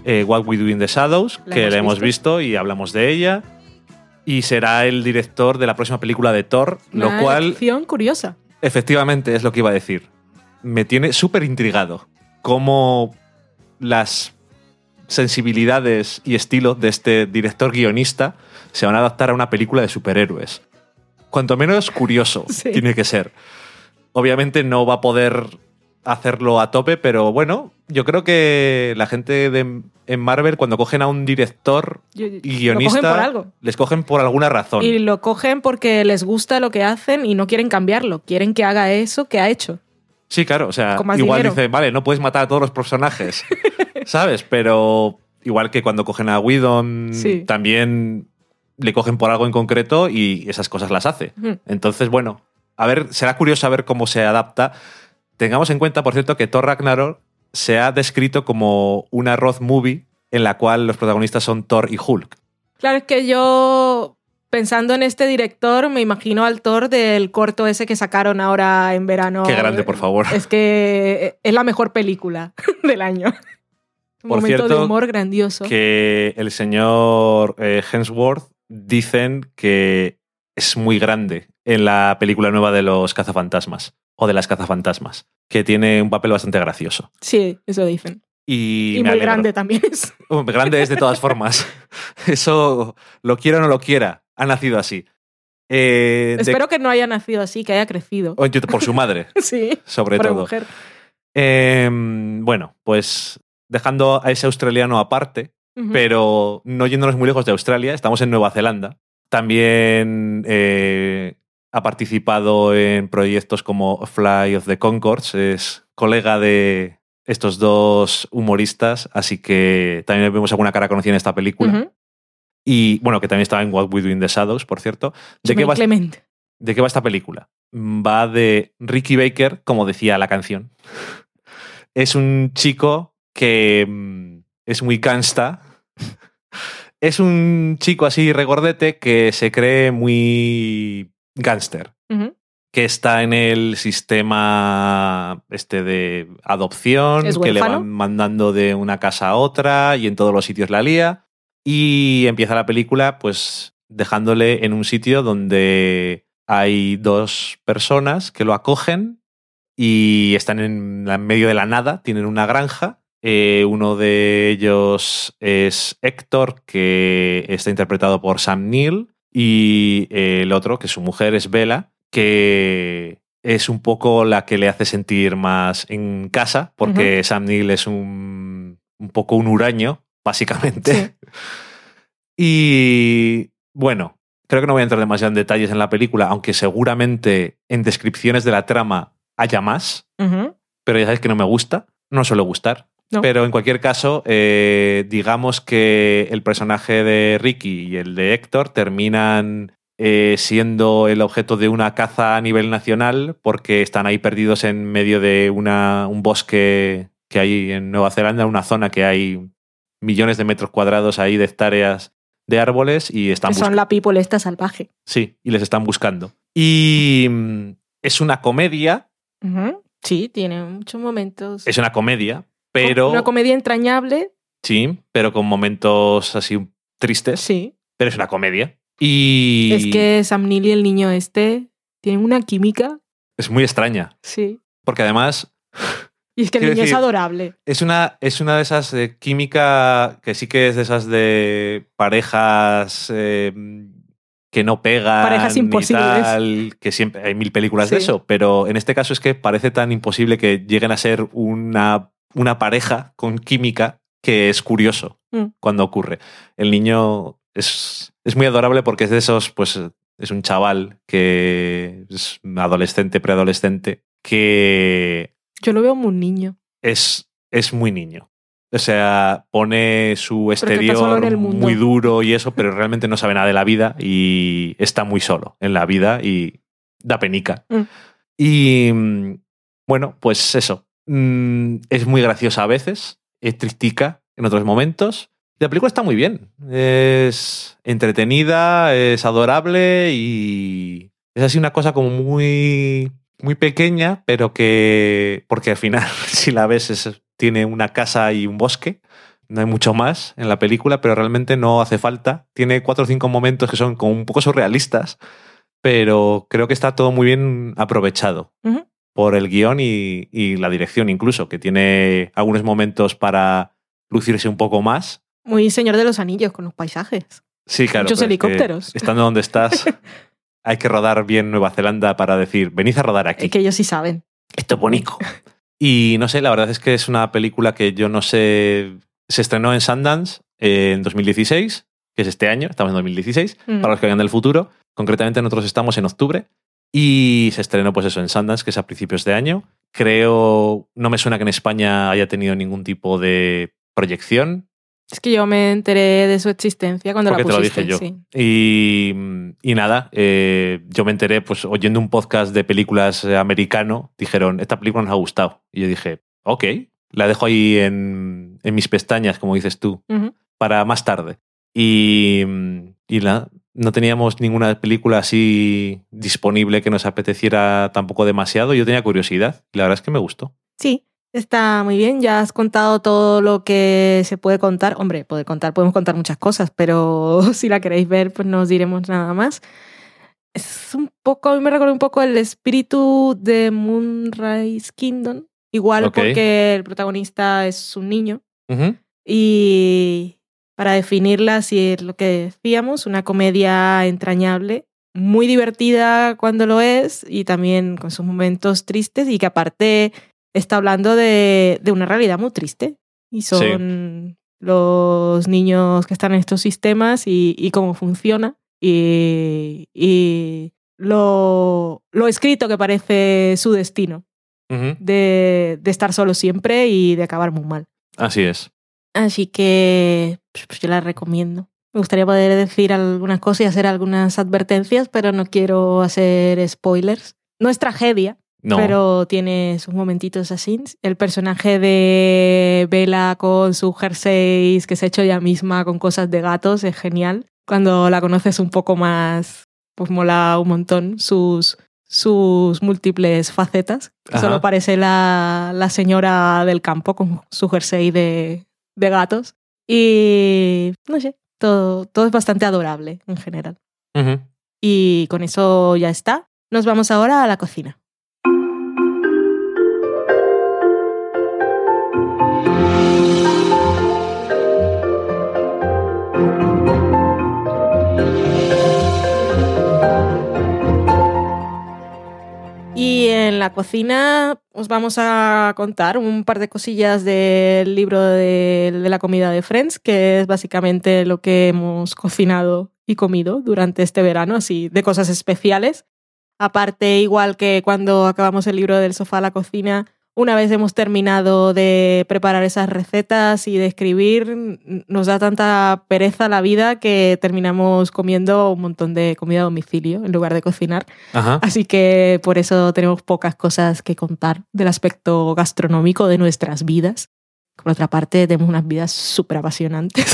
What We Do in the Shadows, La que hemos la hemos visto. visto y hablamos de ella. Y será el director de la próxima película de Thor, lo Una cual elección curiosa. efectivamente es lo que iba a decir. Me tiene súper intrigado cómo las sensibilidades y estilos de este director guionista se van a adaptar a una película de superhéroes. Cuanto menos curioso Sí. tiene que ser. Obviamente no va a poder hacerlo a tope, pero bueno, yo creo que la gente en Marvel, cuando cogen a un director y Lo guionista, cogen por algo. les cogen por alguna razón. Y lo cogen porque les gusta lo que hacen y no quieren cambiarlo. Quieren que haga eso que ha hecho. Sí, claro, o sea, Con más igual dinero. dice, vale, no puedes matar a todos los personajes, ¿sabes? Pero igual que cuando cogen a Whedon, Sí. también le cogen por algo en concreto y esas cosas las hace. Ujú. Entonces, bueno, a ver, será curioso saber cómo se adapta. Tengamos en cuenta, por cierto, que Thor Ragnarok se ha descrito como una road movie en la cual los protagonistas son Thor y Hulk. Claro, es que yo, pensando en este director, me imagino al Thor del corto ese que sacaron ahora en verano. Qué grande, por favor. Es que es la mejor película del año. Un Por momento de cierto, humor grandioso. Que el señor Hemsworth dicen que es muy grande en la película nueva de los cazafantasmas o de las cazafantasmas, que tiene un papel bastante gracioso. Sí, eso dicen. Y, Y me muy alegro. grande también es. Grande es de todas formas. Eso, lo quiera o no lo quiera, ha nacido así. Espero que no haya nacido así, que haya crecido. Por su madre, Sí, sobre por todo. mujer. Bueno, pues dejando a ese australiano aparte, Ujú. pero no yéndonos muy lejos de Australia, estamos en Nueva Zelanda. También ha participado en proyectos como Fly of the Conchords, es colega de estos dos humoristas, así que también vemos alguna cara conocida en esta película. Ujú. Y bueno, que también estaba en What We Do in the Shadows, por cierto. Jermaine Clement. ¿De qué va esta película? Va de Ricky Baker, como decía la canción. Es un chico que es muy gangsta. Es un chico así regordete que se cree muy gángster, Ujú. que está en el sistema de adopción, ¿Es que le huérfano? van mandando de una casa a otra y en todos los sitios la lía. Y empieza la película pues dejándole en un sitio donde hay dos personas que lo acogen y están en medio de la nada, tienen una granja. Uno de ellos es Héctor, que está interpretado por Sam Neill, y el otro, que su mujer es Bella, que es un poco la que le hace sentir más en casa, porque Sam Neill es un poco un huraño, básicamente. Sí. Y bueno, creo que no voy a entrar demasiado en detalles en la película, aunque seguramente en descripciones de la trama haya más, Ujú. pero ya sabéis que no me gusta, no suele gustar. No. Pero en cualquier caso, digamos que el personaje de Ricky y el de Héctor terminan siendo el objeto de una caza a nivel nacional porque están ahí perdidos en medio de un bosque que hay en Nueva Zelanda, una zona que hay millones de metros cuadrados ahí de hectáreas de árboles y están Que son la people esta salvaje. Sí, y les están buscando. Y es una comedia, Ujú. Sí, tiene muchos momentos. es una comedia, pero Una comedia entrañable. sí, pero con momentos así tristes, Sí. pero es una comedia. Y Es que Sam Neill y el niño este tienen una química. es muy extraña, Sí. porque además Y es que el Quiero niño es decir, adorable. es una de esas de química que sí que es de esas de parejas que no pegan. Parejas ni imposibles. tal, que siempre hay 1000 películas de Sí. eso, pero en este caso es que parece tan imposible que lleguen a ser una pareja con química que es curioso cuando ocurre. El niño es muy adorable porque es de esos, pues es un chaval que es adolescente, preadolescente, que Yo lo veo como un niño. es muy niño. O sea, pone su Pero que está solo en exterior el mundo. muy duro y eso, pero realmente no sabe nada de la vida y está muy solo en la vida y da penica. Y bueno, pues eso. Es muy graciosa a veces, es tristica en otros momentos. La película está muy bien. Es entretenida, es adorable y es así una cosa como muy, muy pequeña, pero que, porque al final, si la ves, tiene una casa y un bosque, No hay mucho más en la película, pero realmente no hace falta. Tiene 4 o 5 momentos que son como un poco surrealistas, pero creo que está todo muy bien aprovechado por el guión y la dirección incluso, que tiene algunos momentos para lucirse un poco más. Muy Señor de los Anillos con los paisajes. Sí, claro. Muchos pero es que helicópteros. estando donde estás, hay que rodar bien Nueva Zelanda para decir, venid a rodar aquí. Es que ellos sí saben. Esto es bonito. Y no sé, la verdad es que es una película que yo no sé... Se estrenó en Sundance en 2016, que es este año, estamos en 2016, para los que vengan del futuro. Concretamente nosotros estamos en octubre. Y se estrenó pues eso en Sundance, que es a principios de año. Creo, no me suena que en España haya tenido ningún tipo de proyección. Es que yo me enteré de su existencia cuando Porque la pusiste. te lo dije yo. Sí. Y nada, yo me enteré pues oyendo un podcast de películas americano. Dijeron, esta película nos ha gustado. Y yo dije, ok, la dejo ahí en mis pestañas, como dices tú, para más tarde. Y nada, no teníamos ninguna película así disponible que nos apeteciera tampoco demasiado. Yo tenía curiosidad y la verdad es que me gustó. Sí, está muy bien. Ya has contado todo lo que se puede contar. Hombre, podemos contar muchas cosas, pero si la queréis ver, pues no os diremos nada más. Es un poco, a mí me recuerda un poco el espíritu de Moonrise Kingdom. Igual porque el protagonista es un niño. Y para definirla, si es lo que decíamos, una comedia entrañable, muy divertida cuando lo es y también con sus momentos tristes y que aparte está hablando de una realidad muy triste. Y son los niños que están en estos sistemas y cómo funciona y lo escrito que parece su destino de estar solo siempre y de acabar muy mal. Así es. Así que pues yo la recomiendo. Me gustaría poder decir algunas cosas y hacer algunas advertencias, pero no quiero hacer spoilers. No es tragedia, pero tiene sus momentitos así. El personaje de Bella con sus jerseys que se ha hecho ella misma con cosas de gatos es genial. Cuando la conoces un poco más, pues mola un montón sus múltiples facetas. Solo parece la señora del campo con su jersey de gatos. Y no sé, todo es bastante adorable en general. Y con eso ya está. Nos vamos ahora a la cocina. Y en la cocina os vamos a contar un par de cosillas del libro de la comida de Friends, que es básicamente lo que hemos cocinado y comido durante este verano, así de cosas especiales. Aparte, igual que cuando acabamos el libro del sofá a la cocina, una vez hemos terminado de preparar esas recetas y de escribir, nos da tanta pereza la vida que terminamos comiendo un montón de comida a domicilio en lugar de cocinar. Así que por eso tenemos pocas cosas que contar del aspecto gastronómico de nuestras vidas. Por otra parte, tenemos unas vidas súper apasionantes.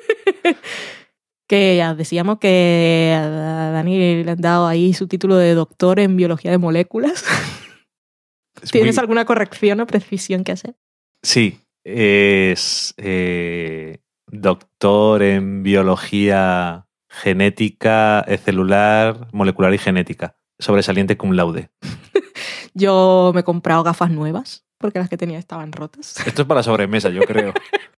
Que ya decíamos que a Dani le han dado ahí su título de doctor en biología de moléculas. ¿Tienes alguna corrección o precisión que hacer? Sí, es doctor en biología genética, celular, molecular y genética. Sobresaliente cum laude. Yo me he comprado gafas nuevas porque las que tenía estaban rotas. Esto es para la sobremesa, yo creo.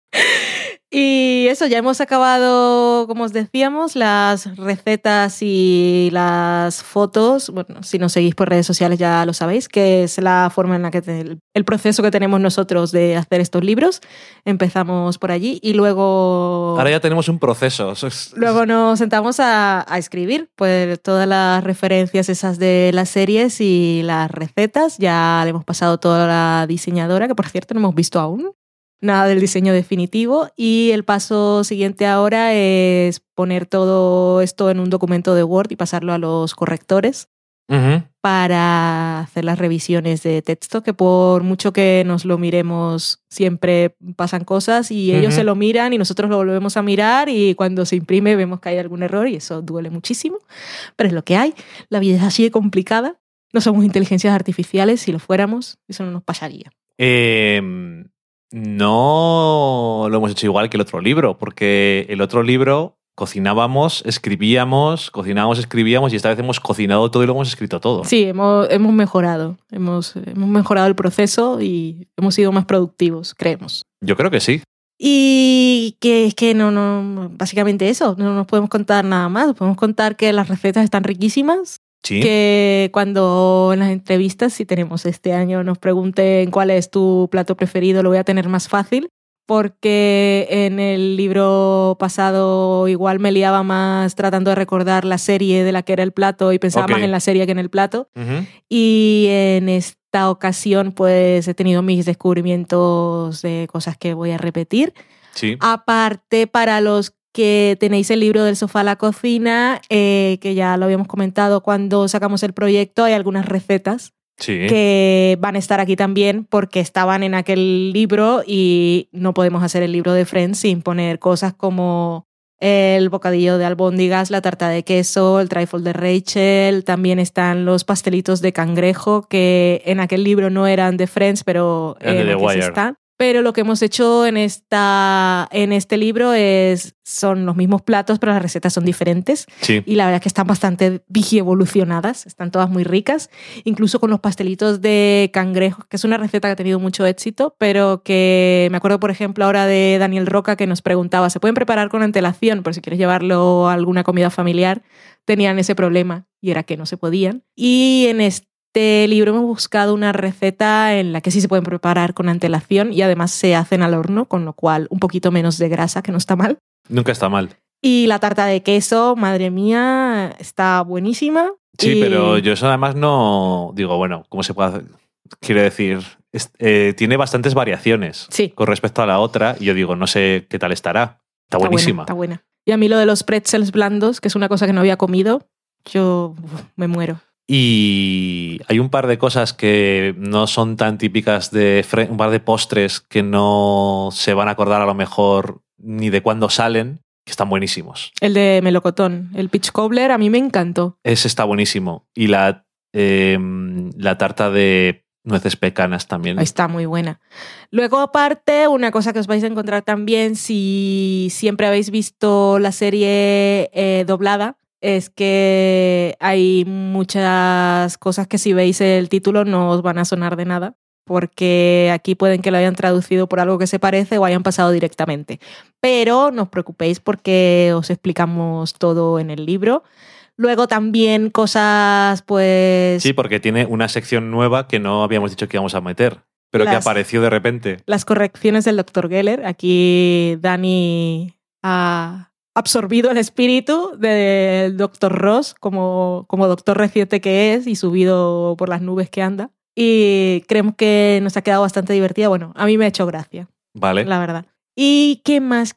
Y eso, ya hemos acabado, como os decíamos, las recetas y las fotos. Bueno, si nos seguís por redes sociales ya lo sabéis, que es la forma en la que el proceso que tenemos nosotros de hacer estos libros. Empezamos por allí y luego... Ahora ya tenemos un proceso. Luego nos sentamos a escribir pues todas las referencias esas de las series y las recetas. Ya le hemos pasado toda la diseñadora, que por cierto no hemos visto aún nada del diseño definitivo, y el paso siguiente ahora es poner todo esto en un documento de Word y pasarlo a los correctores para hacer las revisiones de texto, que por mucho que nos lo miremos siempre pasan cosas y ellos se lo miran y nosotros lo volvemos a mirar y cuando se imprime vemos que hay algún error y eso duele muchísimo, pero es lo que hay. La vida es así de complicada, no somos inteligencias artificiales, si lo fuéramos eso no nos pasaría. No lo hemos hecho igual que el otro libro, porque el otro libro cocinábamos, escribíamos y esta vez hemos cocinado todo y lo hemos escrito todo. Sí, hemos mejorado. Hemos mejorado el proceso y hemos sido más productivos, creemos. Yo creo que sí. Y que es que no, básicamente eso, no nos podemos contar nada más. Nos podemos contar que las recetas están riquísimas, Sí. que cuando en las entrevistas, si tenemos este año, nos pregunten cuál es tu plato preferido, lo voy a tener más fácil, porque en el libro pasado igual me liaba más tratando de recordar la serie de la que era el plato y pensaba Ok. más en la serie que en el plato. Ujú. Y en esta ocasión pues he tenido mis descubrimientos de cosas que voy a repetir. Sí. Aparte, para los que tenéis el libro del sofá a la cocina, que ya lo habíamos comentado cuando sacamos el proyecto, hay algunas recetas Sí. que van a estar aquí también porque estaban en aquel libro y no podemos hacer el libro de Friends sin poner cosas como el bocadillo de albóndigas, la tarta de queso, el trifle de Rachel, también están los pastelitos de cangrejo que en aquel libro no eran de Friends, pero Eran de en The aquí sí Wire. están. Pero lo que hemos hecho en este libro son los mismos platos, pero las recetas son diferentes. Sí. Y la verdad es que están bastante digievolucionadas, están todas muy ricas, incluso con los pastelitos de cangrejo, que es una receta que ha tenido mucho éxito, pero que me acuerdo, por ejemplo, ahora de Daniel Roca, que nos preguntaba, ¿se pueden preparar con antelación? Por si quieres llevarlo a alguna comida familiar, tenían ese problema y era que no se podían. Y en este libro hemos buscado una receta en la que sí se pueden preparar con antelación y además se hacen al horno, con lo cual un poquito menos de grasa, que no está mal. Nunca está mal. Y la tarta de queso, madre mía, está buenísima. Sí, Y pero yo eso además no digo, bueno, ¿cómo se puede hacer? Quiero decir, tiene bastantes variaciones Sí. con respecto a la otra y yo digo, no sé qué tal estará. Está buenísima. Está buena. Y a mí lo de los pretzels blandos, que es una cosa que no había comido, yo me muero. Y hay un par de cosas que no son tan típicas un par de postres que no se van a acordar a lo mejor ni de cuándo salen, que están buenísimos. El de melocotón, el peach cobbler, a mí me encantó. Ese está buenísimo. Y la tarta de nueces pecanas también. Está muy buena. Luego, aparte, una cosa que os vais a encontrar también si siempre habéis visto la serie doblada, es que hay muchas cosas que si veis el título no os van a sonar de nada, porque aquí pueden que lo hayan traducido por algo que se parece o hayan pasado directamente. Pero no os preocupéis porque os explicamos todo en el libro. Luego también cosas, pues... Sí, porque tiene una sección nueva que no habíamos dicho que íbamos a meter, pero que Las- apareció de repente. Las correcciones del Dr. Geller. Aquí Dani ha absorbido el espíritu del Dr. Ross como doctor reciente que es y subido por las nubes que anda. Y creemos que nos ha quedado bastante divertida. Bueno, a mí me ha hecho gracia, Vale. la verdad. ¿Y qué más?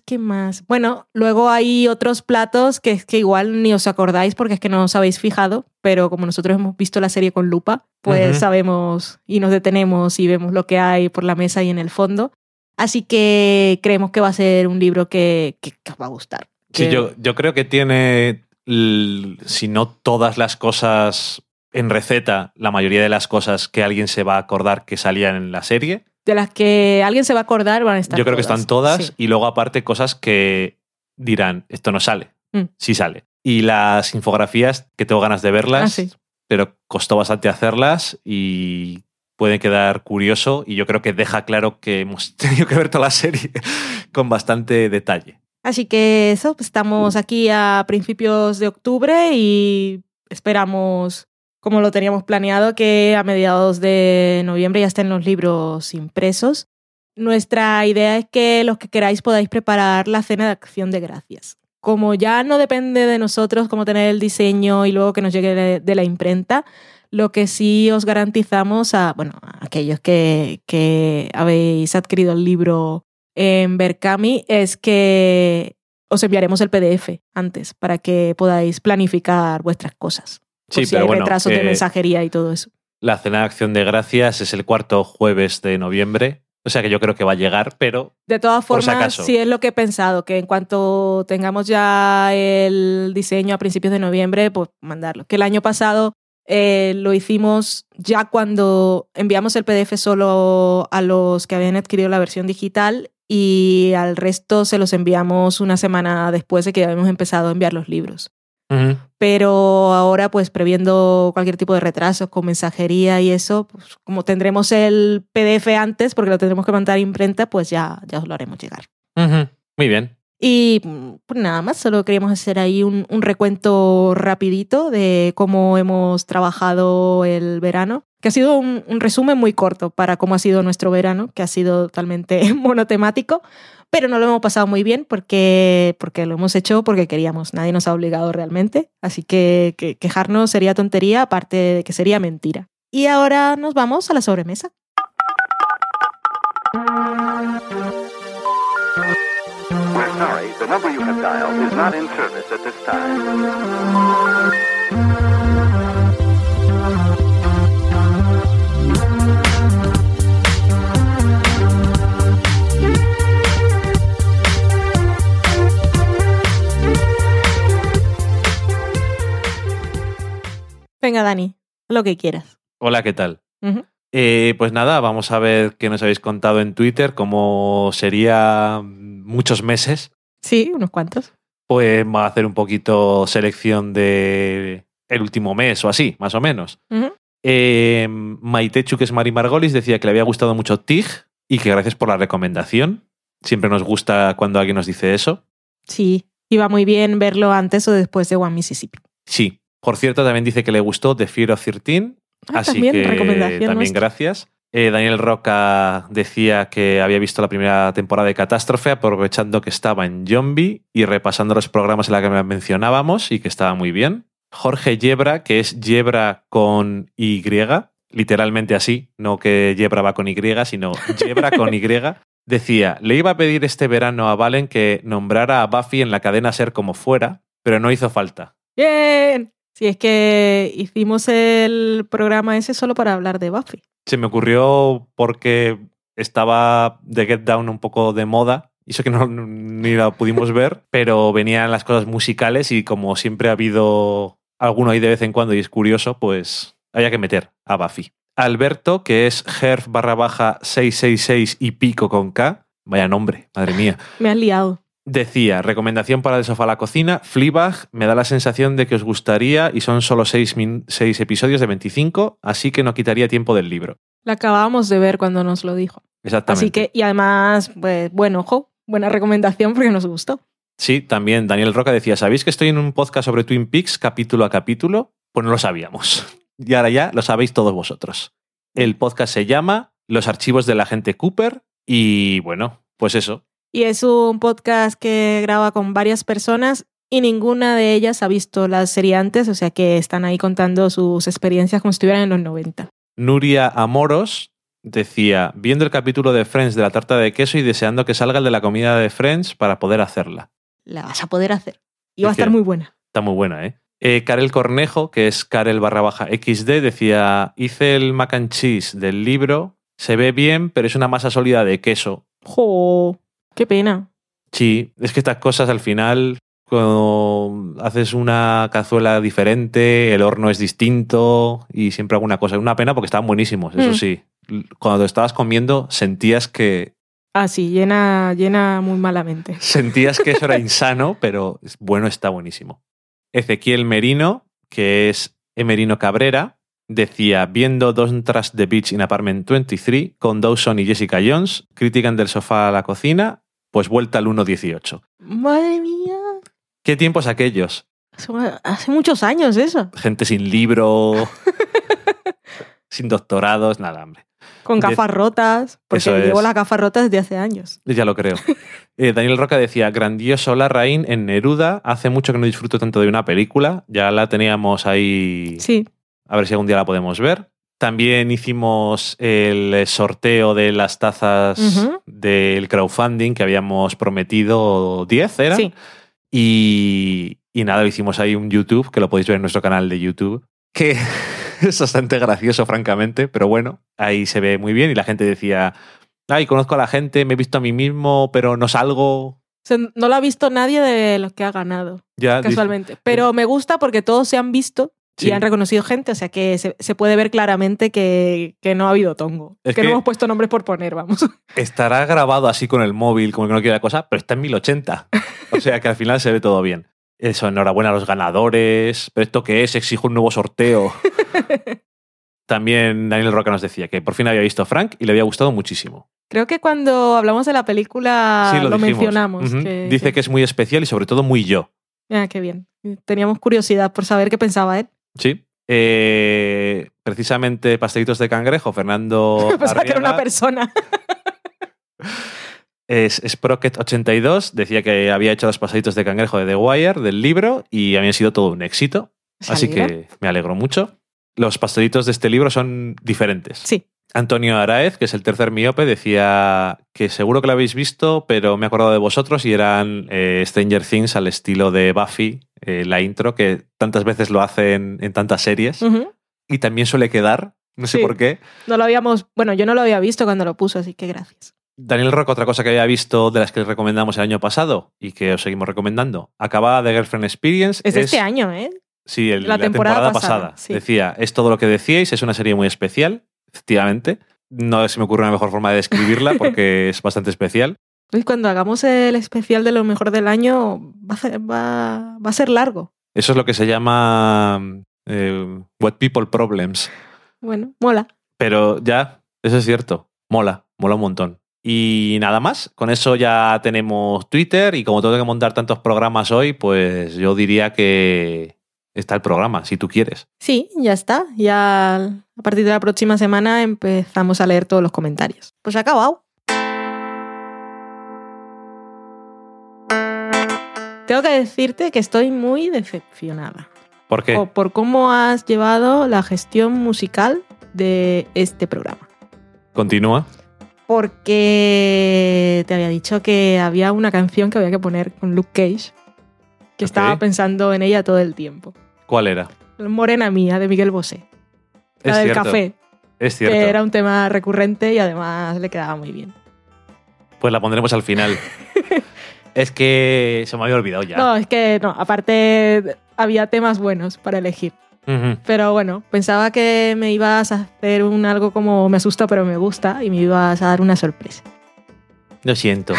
Bueno, luego hay otros platos que es que igual ni os acordáis porque es que no os habéis fijado, pero como nosotros hemos visto la serie con lupa, pues Ujú. sabemos y nos detenemos y vemos lo que hay por la mesa y en el fondo. Así que creemos que va a ser un libro que os va a gustar. Sí, Que- yo creo que tiene, si no todas las cosas en receta, la mayoría de las cosas que alguien se va a acordar que salían en la serie. De las que alguien se va a acordar van a estar Yo creo que están todas Sí. y luego aparte cosas que dirán, esto no sale. Mm. Sí sale. Y las infografías, que tengo ganas de verlas, Ah, sí. pero costó bastante hacerlas y puede quedar curioso y yo creo que deja claro que hemos tenido que ver toda la serie con bastante detalle. Así que eso, pues estamos aquí a principios de octubre y esperamos, como lo teníamos planeado, que a mediados de noviembre ya estén los libros impresos. Nuestra idea es que los que queráis podáis preparar la cena de acción de gracias. Como ya no depende de nosotros como tener el diseño y luego que nos llegue de la imprenta, lo que sí os garantizamos a aquellos que habéis adquirido el libro en Berkami es que os enviaremos el PDF antes para que podáis planificar vuestras cosas. Sí, Por si pero hay bueno, retrasos de mensajería y todo eso. La cena de acción de gracias es el 4º jueves de noviembre, o sea que yo creo que va a llegar, pero De todas Por si formas, acaso. sí es lo que he pensado, que en cuanto tengamos ya el diseño a principios de noviembre, pues mandarlo. Que el año pasado Lo hicimos ya cuando enviamos el PDF solo a los que habían adquirido la versión digital y al resto se los enviamos una semana después de que habíamos empezado a enviar los libros. Ujú. Pero ahora, pues previendo cualquier tipo de retrasos con mensajería y eso, pues como tendremos el PDF antes, porque lo tendremos que mandar a imprenta, pues ya os lo haremos llegar. Ujú. Muy bien. Y pues nada más, solo queríamos hacer ahí un recuento rapidito de cómo hemos trabajado el verano, que ha sido un resumen muy corto para cómo ha sido nuestro verano, que ha sido totalmente monotemático, pero no lo hemos pasado muy bien porque lo hemos hecho porque queríamos, nadie nos ha obligado realmente, así que quejarnos sería tontería, aparte de que sería mentira. Y ahora nos vamos a la sobremesa. We're sorry, the number you have dialed is not in service at this time. Venga, Dani, lo que quieras. Hola, ¿qué tal? Ujú. Pues nada, vamos a ver qué nos habéis contado en Twitter, cómo sería muchos meses. Sí, unos cuantos. Pues va a hacer un poquito selección de el último mes o así, más o menos. Ujú. Maitechu, que es Mari Margolis, decía que le había gustado mucho TIG y que gracias por la recomendación. Siempre nos gusta cuando alguien nos dice eso. Sí, iba muy bien verlo antes o después de One Mississippi. Sí. Por cierto, también dice que le gustó The Fear of 13. Así también, que recomendación también nuestra. gracias. Daniel Roca decía que había visto la primera temporada de Catástrofe aprovechando que estaba en Zombie y repasando los programas en los que mencionábamos y que estaba muy bien. Jorge Yebra, que es Yebra con Y, literalmente así, no que Yebra va con Y, sino Yebra con Y, decía, le iba a pedir este verano a Valen que nombrara a Buffy en la cadena SER como fuera, pero no hizo falta. ¡Bien! Sí, es que hicimos el programa ese solo para hablar de Buffy. Se me ocurrió porque estaba The Get Down un poco de moda, y eso que ni la pudimos ver, pero venían las cosas musicales y como siempre ha habido alguno ahí de vez en cuando y es curioso, pues había que meter a Buffy. Alberto, que es Herf_666 y pico con K, vaya nombre, madre mía. Me has liado. Decía, recomendación para el sofá a la cocina, Fleabag, me da la sensación de que os gustaría y son solo 6 episodios de 25, así que no quitaría tiempo del libro. La acabamos de ver cuando nos lo dijo. Exactamente. Así que, y además, pues, buen ojo, buena recomendación porque nos gustó. Sí, también Daniel Roca decía, ¿sabéis que estoy en un podcast sobre Twin Peaks capítulo a capítulo? Pues no lo sabíamos. Y ahora ya lo sabéis todos vosotros. El podcast se llama Los archivos del agente Cooper y bueno, pues eso. Y es un podcast que graba con varias personas y ninguna de ellas ha visto la serie antes, o sea que están ahí contando sus experiencias como si estuvieran en los 90. Nuria Amoros decía, viendo el capítulo de Friends de la tarta de queso y deseando que salga el de la comida de Friends para poder hacerla. La vas a poder hacer. Y va a Es que estar muy buena. Está muy buena, ¿eh? Karel Cornejo, que es Karel_XD, decía, hice el mac and cheese del libro, se ve bien, pero es una masa sólida de queso. ¡Jo! ¡Qué pena! Sí, es que estas cosas al final, cuando haces una cazuela diferente, el horno es distinto y siempre alguna cosa. Una pena porque estaban buenísimos, eso sí. Cuando te estabas comiendo sentías que... Ah, sí, llena muy malamente. Sentías que eso era insano, pero bueno, está buenísimo. Ezequiel Merino, que es Emerino Cabrera, decía, viendo Don't Trust the Beach in Apartment 23 con Dawson y Jessica Jones, critican del sofá a la cocina, pues vuelta al 1.18. ¡Madre mía! ¿Qué tiempos aquellos? Hace muchos años eso. Gente sin libro, sin doctorados, nada, hombre. Con gafas rotas, porque Eso llevo es. las gafas rotas desde hace años. Ya lo creo. Daniel Roca decía, grandioso Larraín en Neruda, hace mucho que no disfruto tanto de una película, ya la teníamos ahí, Sí. a ver si algún día la podemos ver. También hicimos el sorteo de las tazas del crowdfunding que habíamos prometido, 10 ¿era? Sí. Y nada, hicimos ahí un YouTube, que lo podéis ver en nuestro canal de YouTube, que es bastante gracioso, francamente, pero bueno, ahí se ve muy bien y la gente decía, ay, conozco a la gente, me he visto a mí mismo, pero no salgo. O sea, no lo ha visto nadie de los que ha ganado, Ya, casualmente. Pero me gusta porque todos se han visto Sí. Y han reconocido gente, o sea que se puede ver claramente que no ha habido tongo. Es que que- no hemos puesto nombres por poner, vamos. Estará grabado así con el móvil, como que no quiere la cosa, pero está en 1080. O sea que al final se ve todo bien. Eso, enhorabuena a los ganadores. ¿Pero esto qué es? Exijo un nuevo sorteo. También Daniel Roca nos decía que por fin había visto Frank y le había gustado muchísimo. Creo que cuando hablamos de la película Sí, lo dijimos. mencionamos. Ujú. Dice que es muy especial y sobre todo muy yo. Ah, qué bien. Teníamos curiosidad por saber qué pensaba él. Sí. Precisamente Pastelitos de Cangrejo, Fernando Pensaba que era una Arriaga, persona. Sprocket82 decía que había hecho los Pastelitos de Cangrejo de The Wire, del libro, y habían sido todo un éxito. ¿Se Así alegra? que me alegro mucho. Los pastelitos de este libro son diferentes. Sí. Antonio Araez, que es el tercer miope, decía que seguro que lo habéis visto, pero me he acordado de vosotros y eran Stranger Things al estilo de Buffy, la intro, que tantas veces lo hacen en tantas series. Ujú. Y también suele quedar, no sé Sí. por qué. No lo habíamos... Bueno, yo no lo había visto cuando lo puso, así que gracias. Daniel Roca, otra cosa que había visto de las que les recomendamos el año pasado y que os seguimos recomendando, acababa de Girlfriend Experience. Es de este año, ¿eh? Sí, La la temporada temporada pasada, pasada. sí. Decía, es todo lo que decíais, es una serie muy especial, efectivamente. No se me ocurre una mejor forma de describirla porque es bastante especial. Y cuando hagamos el especial de lo mejor del año, va a ser largo. Eso es lo que se llama What People Problems. Bueno, mola. Pero ya, eso es cierto, mola un montón. Y nada más, con eso ya tenemos Twitter y como tengo que montar tantos programas hoy, pues yo diría que está el programa, si tú quieres. Sí, ya está. Ya a partir de la próxima semana empezamos a leer todos los comentarios. Pues ha acabado. Tengo que decirte que estoy muy decepcionada. ¿Por qué? Por cómo has llevado la gestión musical de este programa. Continúa. Porque te había dicho que había una canción que había que poner con Luke Cage, que Ok. estaba pensando en ella todo el tiempo. ¿Cuál era? Morena mía, de Miguel Bosé. La Es del cierto. café, Es cierto. que era un tema recurrente y además le quedaba muy bien. Pues la pondremos al final. Es que se me había olvidado ya. No, es que no, aparte había temas buenos para elegir. Ujú. Pero bueno, pensaba que me ibas a hacer algo como me asusta pero me gusta y me ibas a dar una sorpresa. Lo siento.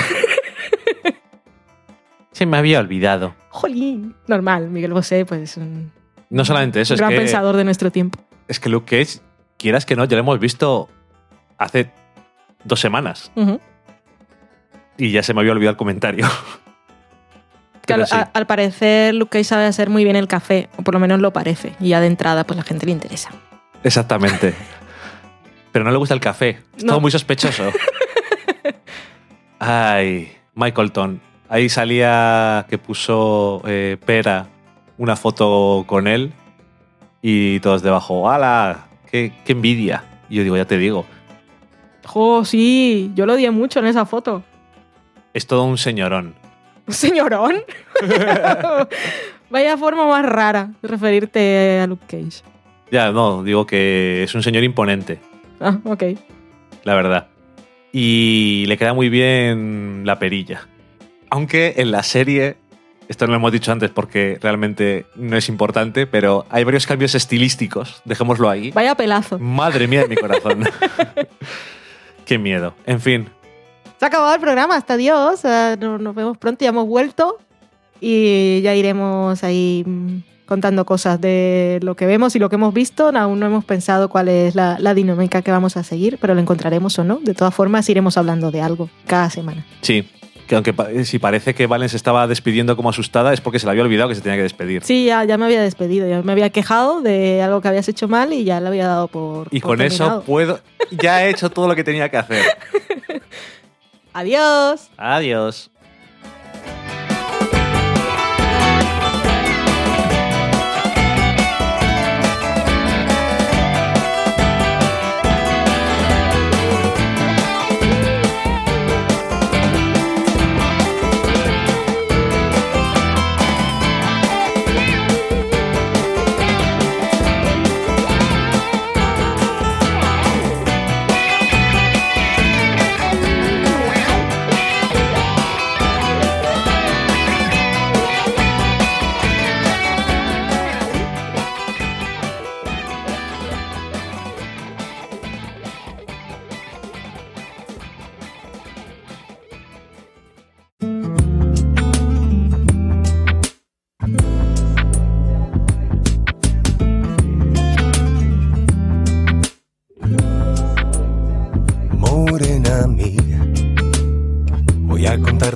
Se me había olvidado. ¡Jolín! Normal, Miguel Bosé, pues un No solamente eso, gran pensador de nuestro tiempo. es que Luke Cage, quieras que no, ya lo hemos visto hace 2 semanas. Ujú. Y ya se me había olvidado el comentario. Que Pero al, sí. al parecer Luke Cage sabe hacer muy bien el café, o por lo menos lo parece. Y ya de entrada, pues la gente le interesa. Exactamente. Pero no le gusta el café. Es No. todo muy sospechoso. Ay, Michaelton. Ahí salía que puso Pera una foto con él y todos debajo, ¡hala! ¡Qué envidia! Y yo digo, ya te digo, ¡Jo, sí! Yo lo odié mucho en esa foto. es todo un señorón. ¿Señorón? Vaya forma más rara de referirte a Luke Cage. Ya, no, digo que es un señor imponente, Ah, ok. la verdad. Y le queda muy bien la perilla. Aunque en la serie, esto no lo hemos dicho antes porque realmente no es importante, pero hay varios cambios estilísticos, dejémoslo ahí. Vaya pelazo. Madre mía de mi corazón. Qué miedo. En fin, Se ha acabado el programa, hasta adiós. Nos vemos pronto, ya hemos vuelto. Y ya iremos ahí contando cosas de lo que vemos y lo que hemos visto. Aún no hemos pensado cuál es la dinámica que vamos a seguir, pero lo encontraremos o no. De todas formas, iremos hablando de algo cada semana. sí. Que aunque si parece que Valen se estaba despidiendo como asustada, es porque se le había olvidado que se tenía que despedir. Sí, ya me había despedido, ya me había quejado de algo que habías hecho mal y ya le había dado por Y por con eso terminado. puedo... Ya he hecho todo lo que tenía que hacer. Adiós. Adiós.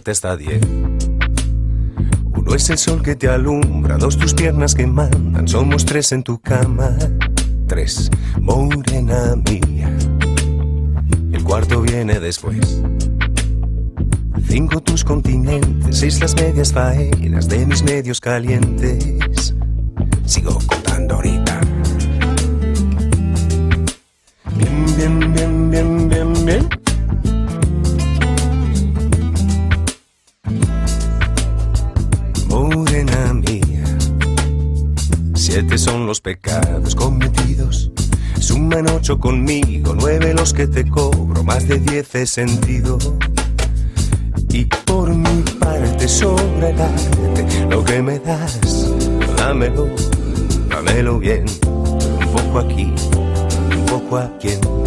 contarte hasta 10. 1 es el sol que te alumbra, 2 tus piernas que mandan, somos 3 en tu cama. 3, morena mía. El cuarto viene después. 5 tus continentes, 6 las medias faenas de mis medios calientes. Sigo contando ahorita. Bien, bien, bien, bien, bien, bien. Morena mía, 7 son los pecados cometidos. Suman 8 conmigo, 9 los que te cobro, más de 10 he sentido. Y por mi parte sobra el arte, lo que me das, dámelo, dámelo bien. Un poco aquí, un poco aquí.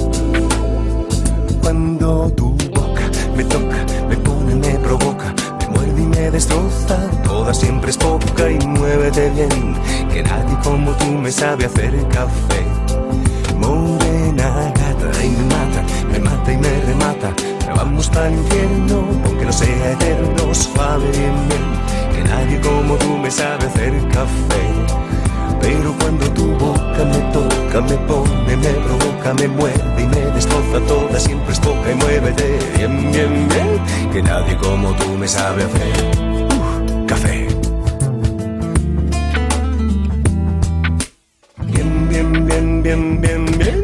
Cuando tu boca me toca, me pone, me provoca, me muerde y me destroza, toda siempre es poca y muévete bien, que nadie como tú me sabe hacer café. Morena gata y me mata y me remata. Vamos para el infierno, aunque no sea eterno, suave bien, que nadie como tú me sabe hacer café. Pero cuando tu boca me toca, me pone, me provoca, me muerde y me destroza, toda siempre es poca y muévete bien, bien, bien, que nadie como tú me sabe hacer café. Bien, bien, bien, bien, bien, bien.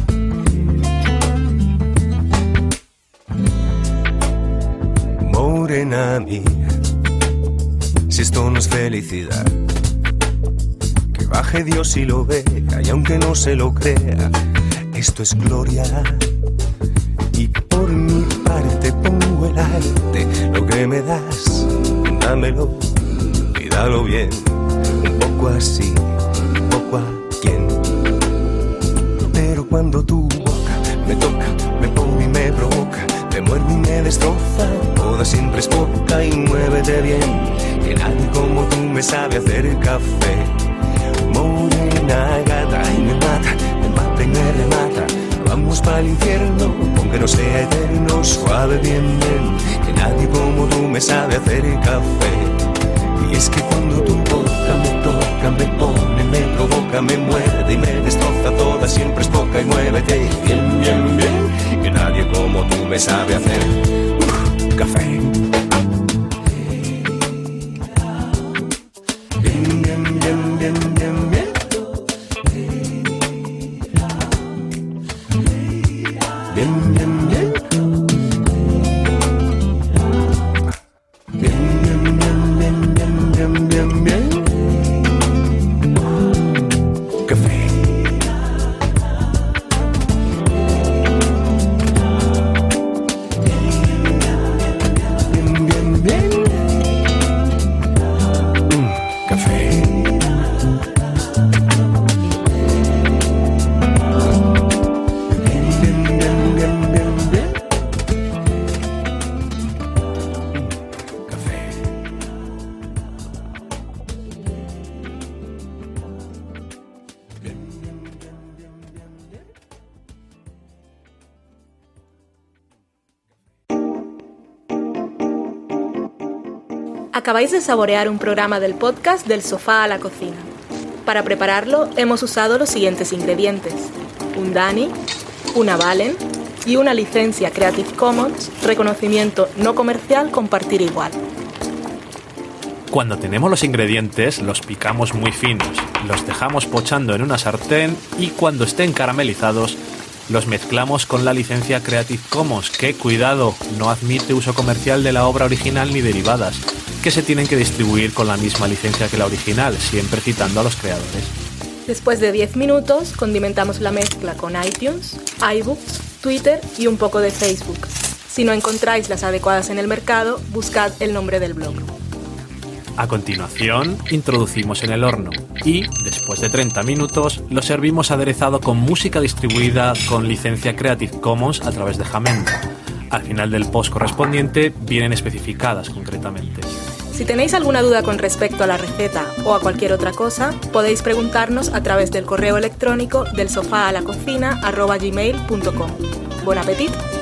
Morena mía, si esto no es felicidad, que baje Dios y lo vea, y aunque no se lo crea, esto es gloria. Y por mi parte pongo el arte, lo que me das, dámelo y dalo bien, un poco así, un poco a quien. Pero cuando tu boca me toca, me pone y me provoca, me muerde y me destroza, toda siempre es poca y muévete bien, que nadie como tú me sabe hacer café. Morena gata y me mata y me remata. Vamos para el infierno, aunque no sea eterno, suave bien, bien, que nadie como tú me sabe hacer café. Y es que cuando tu boca me toca, me pone, me provoca, me muerde y me destroza, toda siempre es poca y muévete bien, bien, bien, que nadie como tú me sabe hacer café. Bien, bien, bien, bien, bien, bien. Bien, bien, bien. Bien, bien, bien, bien, bien, bien, bien, bien. Café. Bien, bien, bien. Café. Acabáis de saborear un programa del podcast Del sofá a la cocina. Para prepararlo hemos usado los siguientes ingredientes: un Dani, una Valen y una licencia Creative Commons, reconocimiento no comercial, compartir igual. Cuando tenemos los ingredientes, los picamos muy finos, los dejamos pochando en una sartén y cuando estén caramelizados, los mezclamos con la licencia Creative Commons, que, cuidado, no admite uso comercial de la obra original ni derivadas, que se tienen que distribuir con la misma licencia que la original, siempre citando a los creadores. Después de 10 minutos, condimentamos la mezcla con iTunes, iBooks, Twitter y un poco de Facebook. Si no encontráis las adecuadas en el mercado, buscad el nombre del blog. A continuación, introducimos en el horno y, después de 30 minutos, lo servimos aderezado con música distribuida con licencia Creative Commons a través de Jamendo. Al final del post correspondiente vienen especificadas concretamente. Si tenéis alguna duda con respecto a la receta o a cualquier otra cosa, podéis preguntarnos a través del correo electrónico delsofaalacocina@gmail.com. ¡Bon appetit!